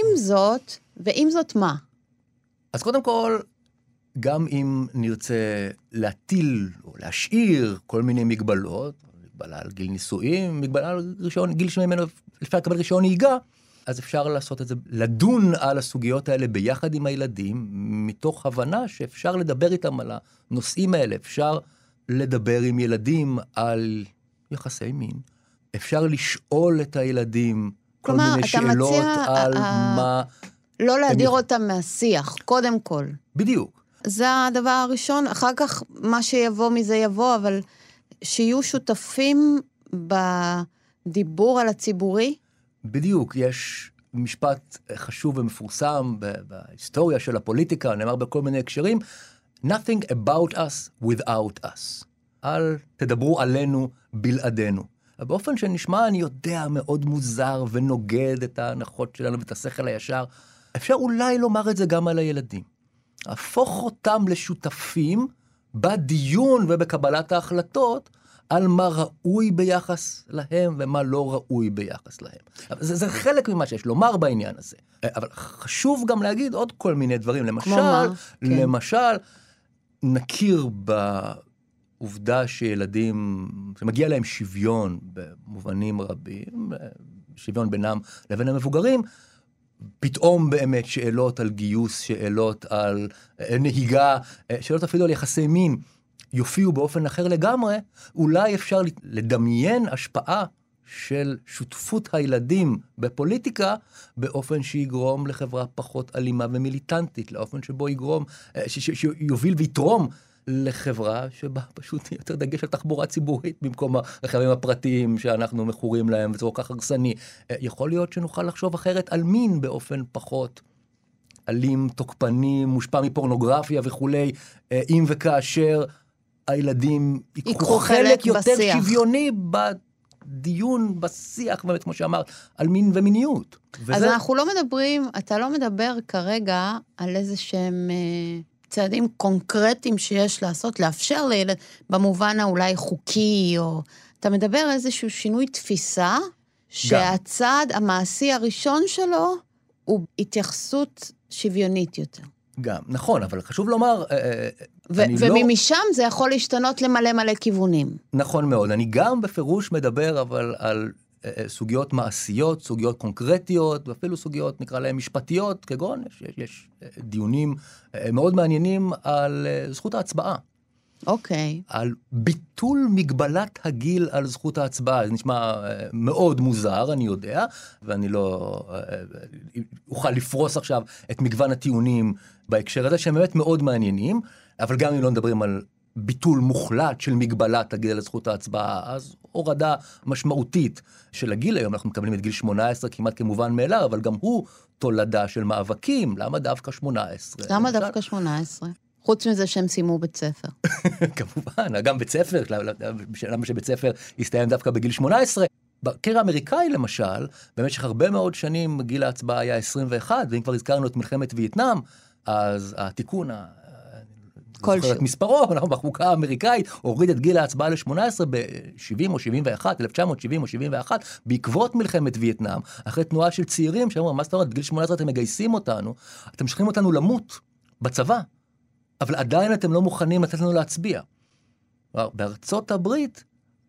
ועם זאת מה? אז קודם כל, גם אם נרצה להטיל או להשאיר כל מיני מגבלות, מגבלה על גיל נישואים, מגבלה על גיל שממנו אפשר לקבל רישיון נהיגה, אז אפשר לעשות את זה, לדון על הסוגיות האלה ביחד עם הילדים, מתוך הבנה שאפשר לדבר איתם על הנושאים האלה, אפשר לדבר עם ילדים על יחסי מין, אפשר לשאול את הילדים כל מיני שאלות על מה... לא להדיר אותם מהשיח, קודם כל. בדיוק. זה הדבר הראשון, אחר כך מה שיבוא מזה יבוא, אבל שיהיו שותפים בדיבור על הציבורי? בדיוק, יש משפט חשוב ומפורסם בהיסטוריה של הפוליטיקה, נאמר בכל מיני הקשרים, nothing about us without us. אל תדברו עלינו בלעדינו. באופן שנשמע, אני יודע, מאוד מוזר ונוגד את ההנחות שלנו ואת השכל הישר. אפשר אולי לומר את זה גם על הילדים. הפוך אותם לשותפים בדיון ובקבלת ההחלטות על מה ראוי ביחס להם ומה לא ראוי ביחס להם. זה חלק ממה שיש לומר בעניין הזה. אבל חשוב גם להגיד עוד כל מיני דברים. למשל, נכיר בעובדה שילדים, שמגיע להם שוויון במובנים רבים, שוויון בינם לבין המבוגרים, פתאום באמת שאלות על גיוס, שאלות על נהיגה, שאלות אפילו על יחסי מין, יופיעו באופן אחר לגמרי, אולי אפשר לדמיין השפעה של שותפות הילדים בפוליטיקה, באופן שיגרום לחברה פחות אלימה ומיליטנטית, לאופן שבו יגרום, שיוביל ויתרום לחברה שבה פשוט יותר דגש על תחבורה ציבורית, במקום הרכבים הפרטיים שאנחנו מכורים להם, וזה כל כך הרסני. יכול להיות שנוכל לחשוב אחרת על מין באופן פחות אלים, תוקפני, מושפע מפורנוגרפיה וכולי, אם וכאשר הילדים ייקחו חלק יותר בשיח. שוויוני בדיון, בשיח, באמת כמו שאמרת, על מין ומיניות. אז אנחנו לא מדברים, אתה לא מדבר כרגע על איזה שהם צעדים קונקרטיים שיש לעשות, לאפשר לילד, במובן האולי חוקי, או אתה מדבר על איזשהו שינוי תפיסה, שהצעד המעשי הראשון שלו, הוא התייחסות שוויונית יותר. גם, נכון, אבל חשוב לומר, ומשם זה יכול להשתנות למלא כיוונים. נכון מאוד, אני גם בפירוש מדבר אבל על סוגיות מעשיות, סוגיות קונקרטיות, ואפילו סוגיות נקרא להן משפטיות, כגון, יש דיונים מאוד מעניינים על זכות ההצבעה. אוקיי. על ביטול מגבלת הגיל על זכות ההצבעה. זה נשמע מאוד מוזר, אני יודע, ואני לא אוכל לפרוס עכשיו את מגוון הטיעונים בהקשר הזה, שהם באמת מאוד מעניינים, אבל גם אם לא מדברים על ביטול מוחלט של מגבלת הגיל לזכות ההצבעה, אז הורדה משמעותית של הגיל. היום אנחנו מקבלים את גיל 18 כמעט כמובן מאליו, אבל גם הוא תולדה של מאבקים. למה דווקא 18? למה דווקא 18? חוץ מזה שהם סיימו בית ספר. כמובן, גם בית ספר, למה שבית ספר יסתיים דווקא בגיל 18? בקרע האמריקאי למשל, במשך הרבה מאוד שנים גיל ההצבעה היה 21, ואם כבר הזכרנו את מלחמת וייטנאם, אז התיקון, זוכר את מספרו, בחוקה האמריקאית, הוריד את גיל ההצבעה ל-18 ב-70 או 71, 1970 או 71, בעקבות מלחמת וייטנאם, אחרי תנועה של צעירים שאמרו, מה זאת אומרת, בגיל 18 אתם מגייסים אותנו, אתם שולחים אותנו למות בצבא, אבל עדיין אתם לא מוכנים לתת לנו להצביע. בארצות הברית,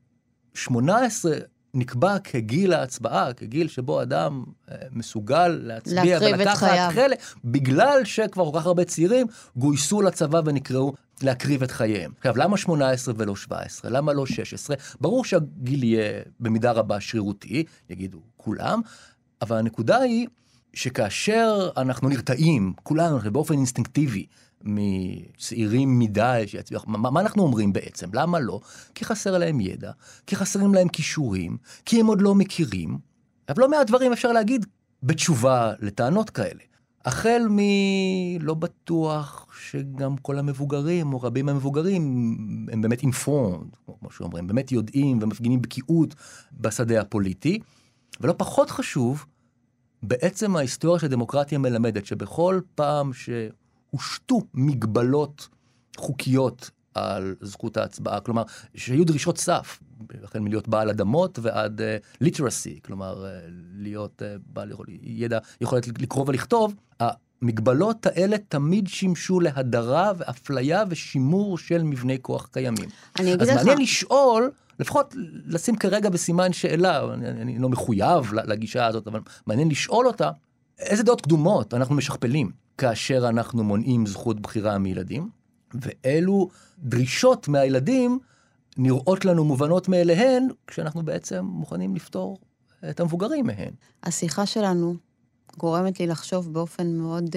18 נקבע כגיל ההצבעה, כגיל שבו אדם מסוגל להצביע ולקחת חלק, בגלל שכבר כל כך הרבה צעירים גויסו לצבא ונקראו להקריב את חייהם. עכשיו, למה 18 ולא 17? למה לא 16? ברור שהגיל יהיה במידה רבה שרירותי, יגידו כולם, אבל הנקודה היא שכאשר אנחנו נרתעים, כולנו באופן אינסטינקטיבי, מצעירים מדי, מה אנחנו אומרים בעצם? למה לא? כי חסר להם ידע, כי חסרים להם כישורים, כי הם עוד לא מכירים. אבל לא מעט דברים אפשר להגיד בתשובה לטענות כאלה. החל לא בטוח שגם כל המבוגרים, או רבים המבוגרים, הם באמת informed, כמו שאומרים, באמת יודעים ומפגינים בקיאות בשדה הפוליטי, ולא פחות חשוב, בעצם ההיסטוריה של דמוקרטיה מלמדת, שבכל פעם הושתו מגבלות חוקיות על זכות ההצבעה, כלומר, שהיו דרישות סף, החל מלהיות בעל אדמות ועד literacy, כלומר, להיות בעל ידע, יכולת לקרוא ולכתוב, המגבלות האלה תמיד שימשו להדרה ואפליה ושימור של מבני כוח קיימים. אז מעניין לשאול, לפחות לשים כרגע בסימן שאלה, אני לא מחויב לגישה הזאת, אבל מעניין לשאול אותה, איזה דעות קדומות אנחנו משכפלים כאשר אנחנו מונעים זכות בחירה מילדים, ואילו דרישות מהילדים נראות לנו מובנות מאליהן, כשאנחנו בעצם מוכנים לפתור את המבוגרים מהן. השיחה שלנו גורמת לי לחשוב באופן מאוד,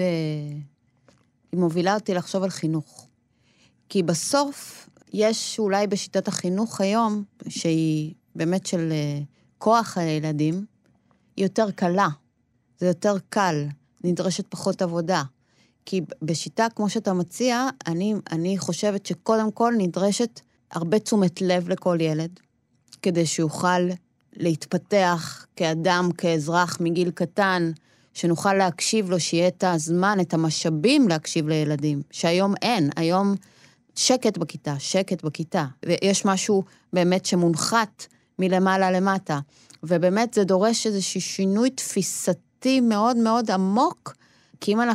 היא מובילה אותי לחשוב על חינוך. כי בסוף יש אולי בשיטת החינוך היום, שהיא באמת של כוח הילדים, היא יותר קלה, זה יותר קל, נדרשת פחות עבודה. כי בשיטה כמו שאתה מציע, אני חושבת שקודם כל נדרשת הרבה תשומת לב לכל ילד, כדי שיוכל להתפתח כאדם, כאזרח מגיל קטן, שנוכל להקשיב לו, שיהיה את הזמן, את המשאבים להקשיב לילדים, שהיום אין, היום שקט בכיתה, ויש משהו באמת שמונחת מלמעלה למטה, ובאמת זה דורש איזשהו שינוי תפיסתי מאוד מאוד עמוק, כי אם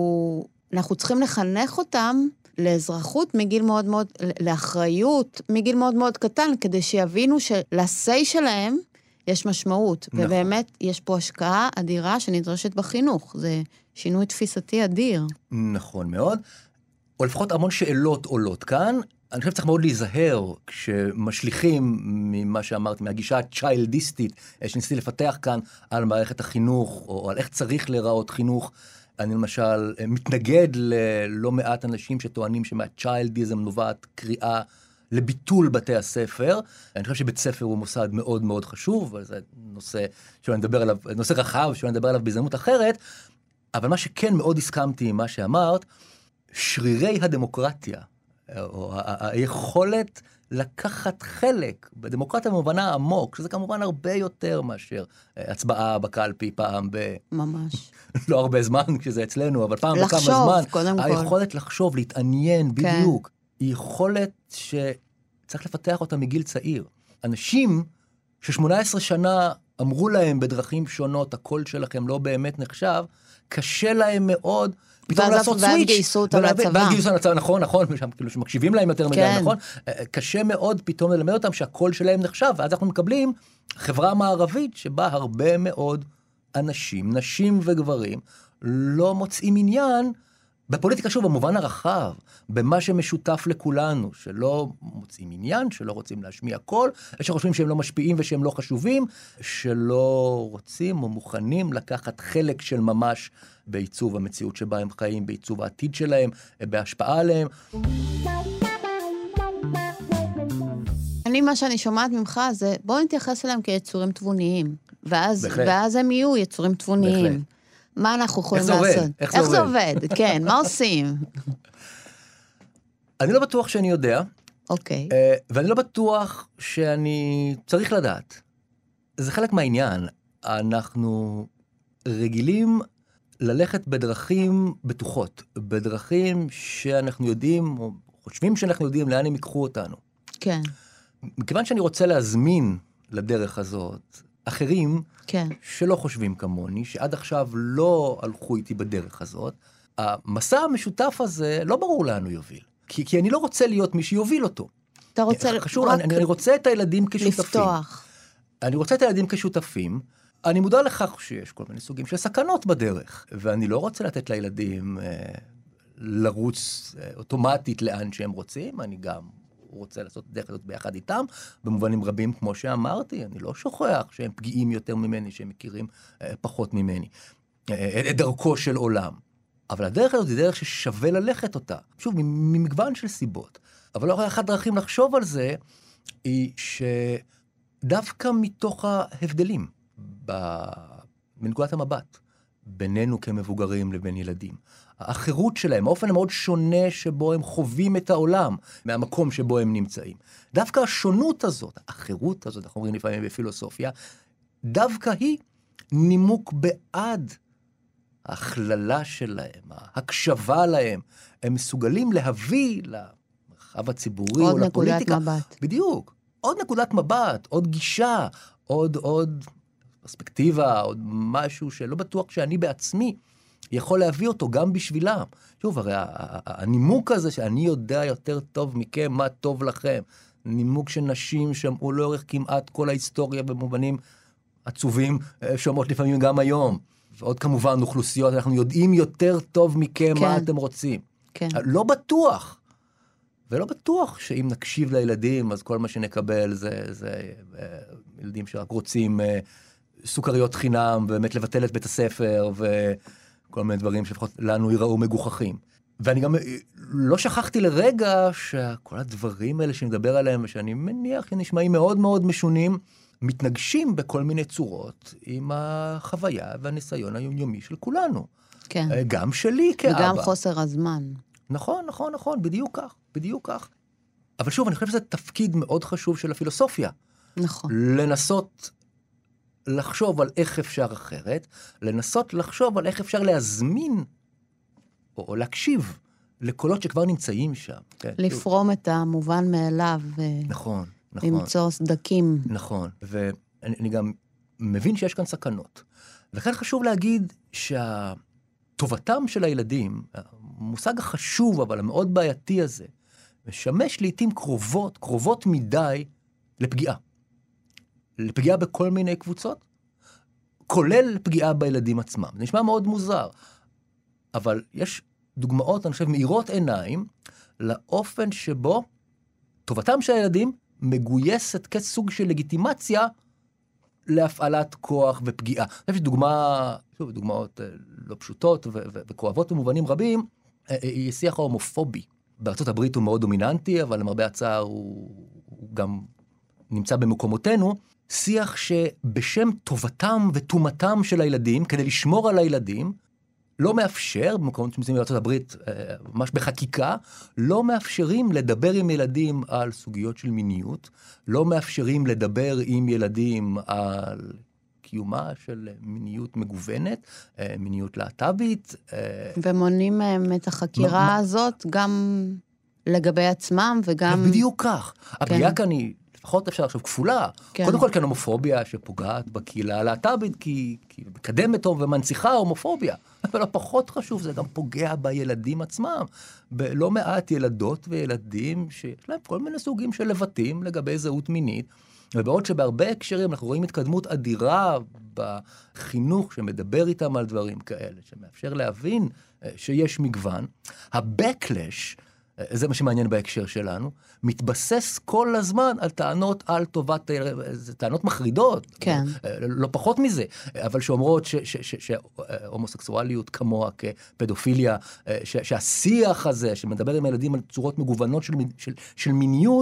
אנחנו צריכים לחנך אותם לאזרחות מגיל מאוד מאוד, לאחריות מגיל מאוד מאוד קטן, כדי שיבינו שלסי שלהם יש משמעות, נכון. ובאמת יש פה השקעה אדירה שנדרשת בחינוך, זה שינוי תפיסתי אדיר. נכון מאוד, או לפחות המון שאלות עולות כאן, אני חושב שצריך מאוד להיזהר כשמשליכים ממה שאמרתי, מהגישה הצ'יילדיסטית שניסיתי לפתח כאן על מערכת החינוך, או על איך צריך להיראות חינוך. אני למשל מתנגד ללא מעט אנשים שטוענים שמהצ'יילדיזם נובעת קריאה לביטול בתי הספר. אני חושב שבית ספר הוא מוסד מאוד מאוד חשוב, וזה נושא שלא נדבר עליו, נושא רחב שלא נדבר עליו בהזדמנות אחרת, אבל מה שכן מאוד הסכמתי עם מה שאמרת, שרירי הדמוקרטיה, או היכולת לקחת חלק בדמוקרטיה במובנה העמוק, שזה כמובן הרבה יותר מאשר הצבעה בקלפי פעם ממש. לא הרבה זמן כשזה אצלנו, אבל פעם בכמה זמן. קודם כל. היכולת לחשוב, להתעניין בדיוק, היא יכולת שצריך לפתח אותה מגיל צעיר. אנשים ש18 שנה אמרו להם בדרכים שונות, הקול שלכם לא באמת נחשב, קשה להם מאוד פתאום לעשות סוויץ'. ואז גייסו אותם לצבא. ואז גייסו אותם לצבא, נכון, כאילו שמקשיבים להם יותר מדי, נכון? קשה מאוד פתאום ללמד אותם שהקול שלהם נחשב, ואז אנחנו מקבלים חברה מערבית שבה הרבה מאוד אנשים, נשים וגברים, לא מוצאים עניין בפוליטיקה, שוב, במובן הרחב, במה שמשותף לכולנו, שלא מוצאים עניין, שלא רוצים להשמיע קול, שחושבים שהם לא משפיעים ושהם לא חשובים, שלא רוצים או מוכנים לקחת חלק של ממש בעיצוב המציאות שבה הם חיים, בעיצוב העתיד שלהם, בהשפעה עליהם. מה שאני שומעת ממך זה, בואו נתייחס אליהם כיצורים תבוניים, ואז הם יהיו יצורים תבוניים. מה אנחנו יכולים לעשות? איך זה עובד? כן, מה עושים? אני לא בטוח שאני יודע. אוקיי. ואני לא בטוח שאני צריך לדעת. זה חלק מהעניין. אנחנו רגילים ללכת בדרכים בטוחות, בדרכים שאנחנו יודעים, או חושבים שאנחנו יודעים לאן הם ייקחו אותנו. כן. מכיוון שאני רוצה להזמין לדרך הזאת אחרים, כן. שלא חושבים כמוני, שעד עכשיו לא הלכו איתי בדרך הזאת, המסע המשותף הזה לא ברור לאן הוא יוביל. כי אני לא רוצה להיות מי שיוביל אותו. אתה רוצה חשוב, אני רוצה את הילדים כשותפים. לפתוח. אני רוצה את הילדים כשותפים. אני מודע לכך שיש כל מיני סוגים של סכנות בדרך, ואני לא רוצה לתת לילדים לרוץ אוטומטית לאן שהם רוצים, אני גם רוצה לעשות דרך הזאת ביחד איתם, במובנים רבים כמו שאמרתי, אני לא שוכח שהם פגיעים יותר ממני, שהם מכירים פחות ממני, את דרכו של עולם. אבל הדרך הזאת היא דרך ששווה ללכת אותה, שוב, ממגוון של סיבות. אבל לא אחת דרכים לחשוב על זה, היא שדווקא מתוך ההבדלים, מנקודת המבט, בינינו כמבוגרים לבין ילדים. האחרות שלהם, האופן המאוד שונה שבו הם חווים את העולם, מהמקום שבו הם נמצאים. דווקא השונות הזאת, האחרות הזאת, אנחנו אומרים לפעמים בפילוסופיה, דווקא היא נימוק בעד ההכללה שלהם, ההקשבה להם. הם מסוגלים להביא למרחב הציבורי או לפוליטיקה. עוד נקודת מבט. בדיוק. עוד נקודת מבט, עוד גישה, עוד פרספקטיבה, עוד משהו שלא בטוח שאני בעצמי יכול להביא אותו גם בשבילם. שוב, הרי הנימוק הזה שאני יודע יותר טוב מכם, מה טוב לכם, נימוק שנשים שמעו לאורך כמעט כל ההיסטוריה במובנים עצובים, שומעות לפעמים גם היום. ועוד כמובן אוכלוסיות, אנחנו יודעים יותר טוב מכם מה אתם רוצים. כן. לא בטוח. ולא בטוח שאם נקשיב לילדים, אז כל מה שנקבל זה ילדים שרק רוצים סוכריות חינם, ובאמת לבטל את בית הספר, וכל מיני דברים שלפחות לנו ייראו מגוחכים. ואני גם לא שכחתי לרגע שכל הדברים האלה שנדבר עליהם, ושאני מניח שנשמעים מאוד מאוד משונים, מתנגשים בכל מיני צורות עם החוויה והניסיון היומיומי של כולנו. כן. גם שלי כאבא. וגם חוסר הזמן. נכון, בדיוק כך. אבל שוב, אני חושב שזה תפקיד מאוד חשוב של הפילוסופיה. נכון. לנסות לחשוב על איך אפשר אחרת, לנסות לחשוב על איך אפשר להזמין, או להקשיב לקולות שכבר נמצאים שם. לפרום את המובן מאליו. נכון. למצוא סדקים. נכון, ואני גם מבין שיש כאן סכנות. וכן חשוב להגיד שהטובתם של הילדים, המושג החשוב אבל המאוד בעייתי הזה, משמש לעתים קרובות מדי לפגיעה. לפגיעה בכל מיני קבוצות, כולל פגיעה בילדים עצמם. זה נשמע מאוד מוזר, אבל יש דוגמאות, אני חושב, מאירות עיניים, לאופן שבו טובתם של הילדים מגויסת כסוג של לגיטימציה להפעלת כוח ופגיעה. אני חושב דוגמאות לא פשוטות וכואבות במובנים רבים, היא שיח ההומופובי. בארצות הברית הוא מאוד דומיננטי, אבל למרבה הצער הוא גם נמצא במקומותינו, שיח שבשם טובתם ותומתם של הילדים, כדי לשמור על הילדים, לא מאפשר, במקומות שמוצאים בארצות הברית, ממש בחקיקה, לא מאפשרים לדבר עם ילדים על סוגיות של מיניות, לא מאפשרים לדבר עם ילדים על קיומה של מיניות מגוונת, מיניות להט"בית. ומונעים מהם את החקירה הזאת, גם לגבי עצמם וגם... בדיוק כך. הפגיעה כאן היא... לפחות אפשר עכשיו כפולה. כן. קודם כל כאן הומופוביה שפוגעת בקהילה הלהט"בית, כי מקדמת ומנציחה הומופוביה. אבל הפחות חשוב, זה גם פוגע בילדים עצמם. בלא מעט ילדות וילדים שיש להם כל מיני סוגים של לבטים לגבי זהות מינית, ובעוד שבהרבה הקשרים אנחנו רואים התקדמות אדירה בחינוך שמדבר איתם על דברים כאלה, שמאפשר להבין שיש מגוון. ה-backlash, זה מה שמעניין בהקשר שלנו, מתבסס כל הזמן על טענות על טובת, זה טענות מחרידות, כן. לא פחות מזה, אבל שאומרות שהומוסקסואליות כמוה כפדופיליה, שהשיח הזה שמדבר עם הילדים על צורות מגוונות של מיניות,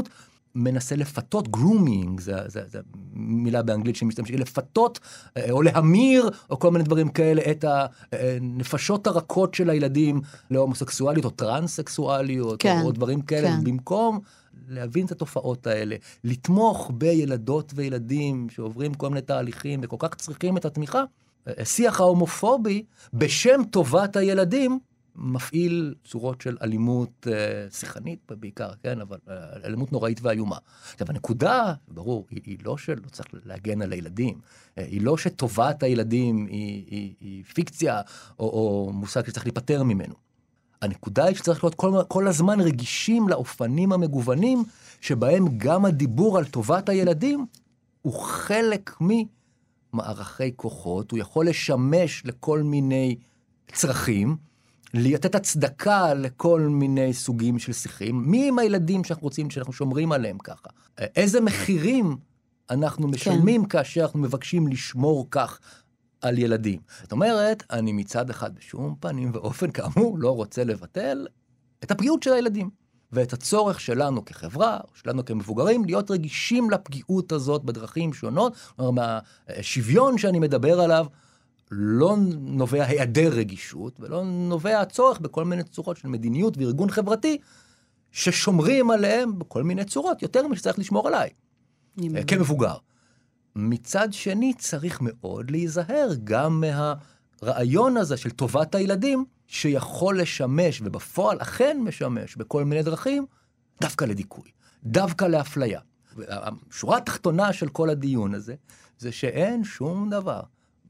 מנסה לפתות, grooming, זה מילה באנגלית שמשתמשים, לפתות או להמיר או כל מיני דברים כאלה את הנפשות הרכות של הילדים להומוסקסואליות או טרנס-סקסואליות או דברים כאלה, במקום להבין את התופעות האלה, לתמוך בילדות וילדים שעוברים כל מיני תהליכים וכל כך צריכים את התמיכה. השיח ההומופובי בשם טובת הילדים מפעיל צורות של אלימות שיחנית בעיקר, כן, אבל אלימות נוראית ואיומה. עכשיו, הנקודה, ברור, היא לא שלא צריך להגן על הילדים, היא לא שטובת הילדים היא פיקציה או מושג שצריך להיפטר ממנו. הנקודה היא שצריך להיות כל הזמן רגישים לאופנים המגוונים, שבהם גם הדיבור על טובת הילדים הוא חלק ממערכי כוחות, הוא יכול לשמש לכל מיני צרכים, לתת הצדקה לכל מיני סוגים של שיחים, מי הם הילדים שאנחנו רוצים, שאנחנו שומרים עליהם ככה? איזה מחירים אנחנו משלמים כאשר אנחנו מבקשים לשמור כך על ילדים? זאת אומרת, אני מצד אחד בשום פנים ואופן כאמור לא רוצה לבטל את הפגיעות של הילדים, ואת הצורך שלנו כחברה, או שלנו כמבוגרים, להיות רגישים לפגיעות הזאת בדרכים שונות, מהשוויון שאני מדבר עליו, לא נובע היעדר רגישות, ולא נובע הצורך בכל מיני צורות של מדיניות וארגון חברתי, ששומרים עליהם בכל מיני צורות, יותר משצריך לשמור עליי, כמבוגר. מצד שני, צריך מאוד להיזהר גם מהרעיון הזה של טובת הילדים, שיכול לשמש, ובפועל אכן משמש, בכל מיני דרכים, דווקא לדיכוי, דווקא לאפליה. השורה התחתונה של כל הדיון הזה, זה שאין שום דבר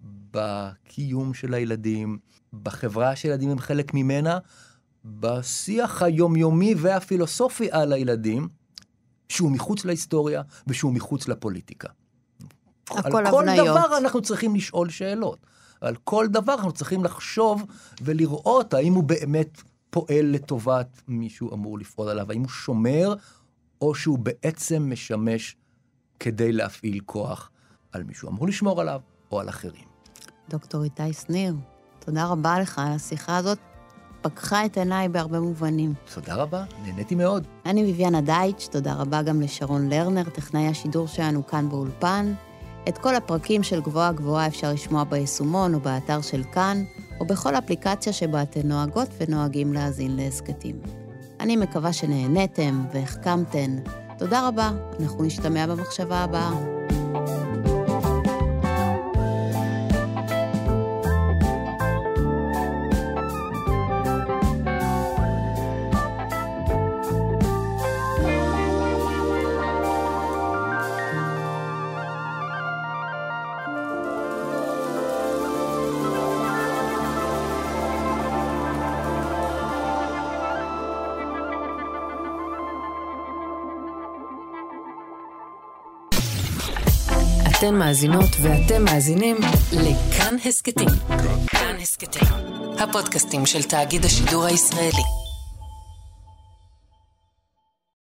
בקיום של הילדים, בחברה שהילדים הם חלק ממנה, בשיח היומיומי והפילוסופי על הילדים, שהוא מחוץ להיסטוריה ושהוא מחוץ לפוליטיקה. על כל דבר אנחנו צריכים לשאול שאלות. על כל דבר אנחנו צריכים לחשוב ולראות האם הוא באמת פועל לטובת מישהו אמור לפעול עליו, האם הוא שומר או שהוא בעצם משמש כדי להפעיל כוח על מישהו אמור לשמור עליו או על אחרים. דוקטור איתי שניר, תודה רבה לך על השיחה הזאת. פקחה את עיניי בהרבה מובנים. תודה רבה, נהניתי מאוד. אני ויביאנה דייטש, תודה רבה גם לשרון לרנר, טכנאי השידור שלנו כאן באולפן. את כל הפרקים של גבוהה גבוהה אפשר לשמוע ביישומון או באתר של כאן, או בכל אפליקציה שבה אתן נוהגות ונוהגים להאזין להסקטים. אני מקווה שנהניתם והחכמתן. תודה רבה, אנחנו נשתמע במחשבה הבאה. אתן מאזינות ואתם מאזינים לכאן הסקטים. כאן הסקטים, הפודקאסטים של תאגיד השידור הישראלי.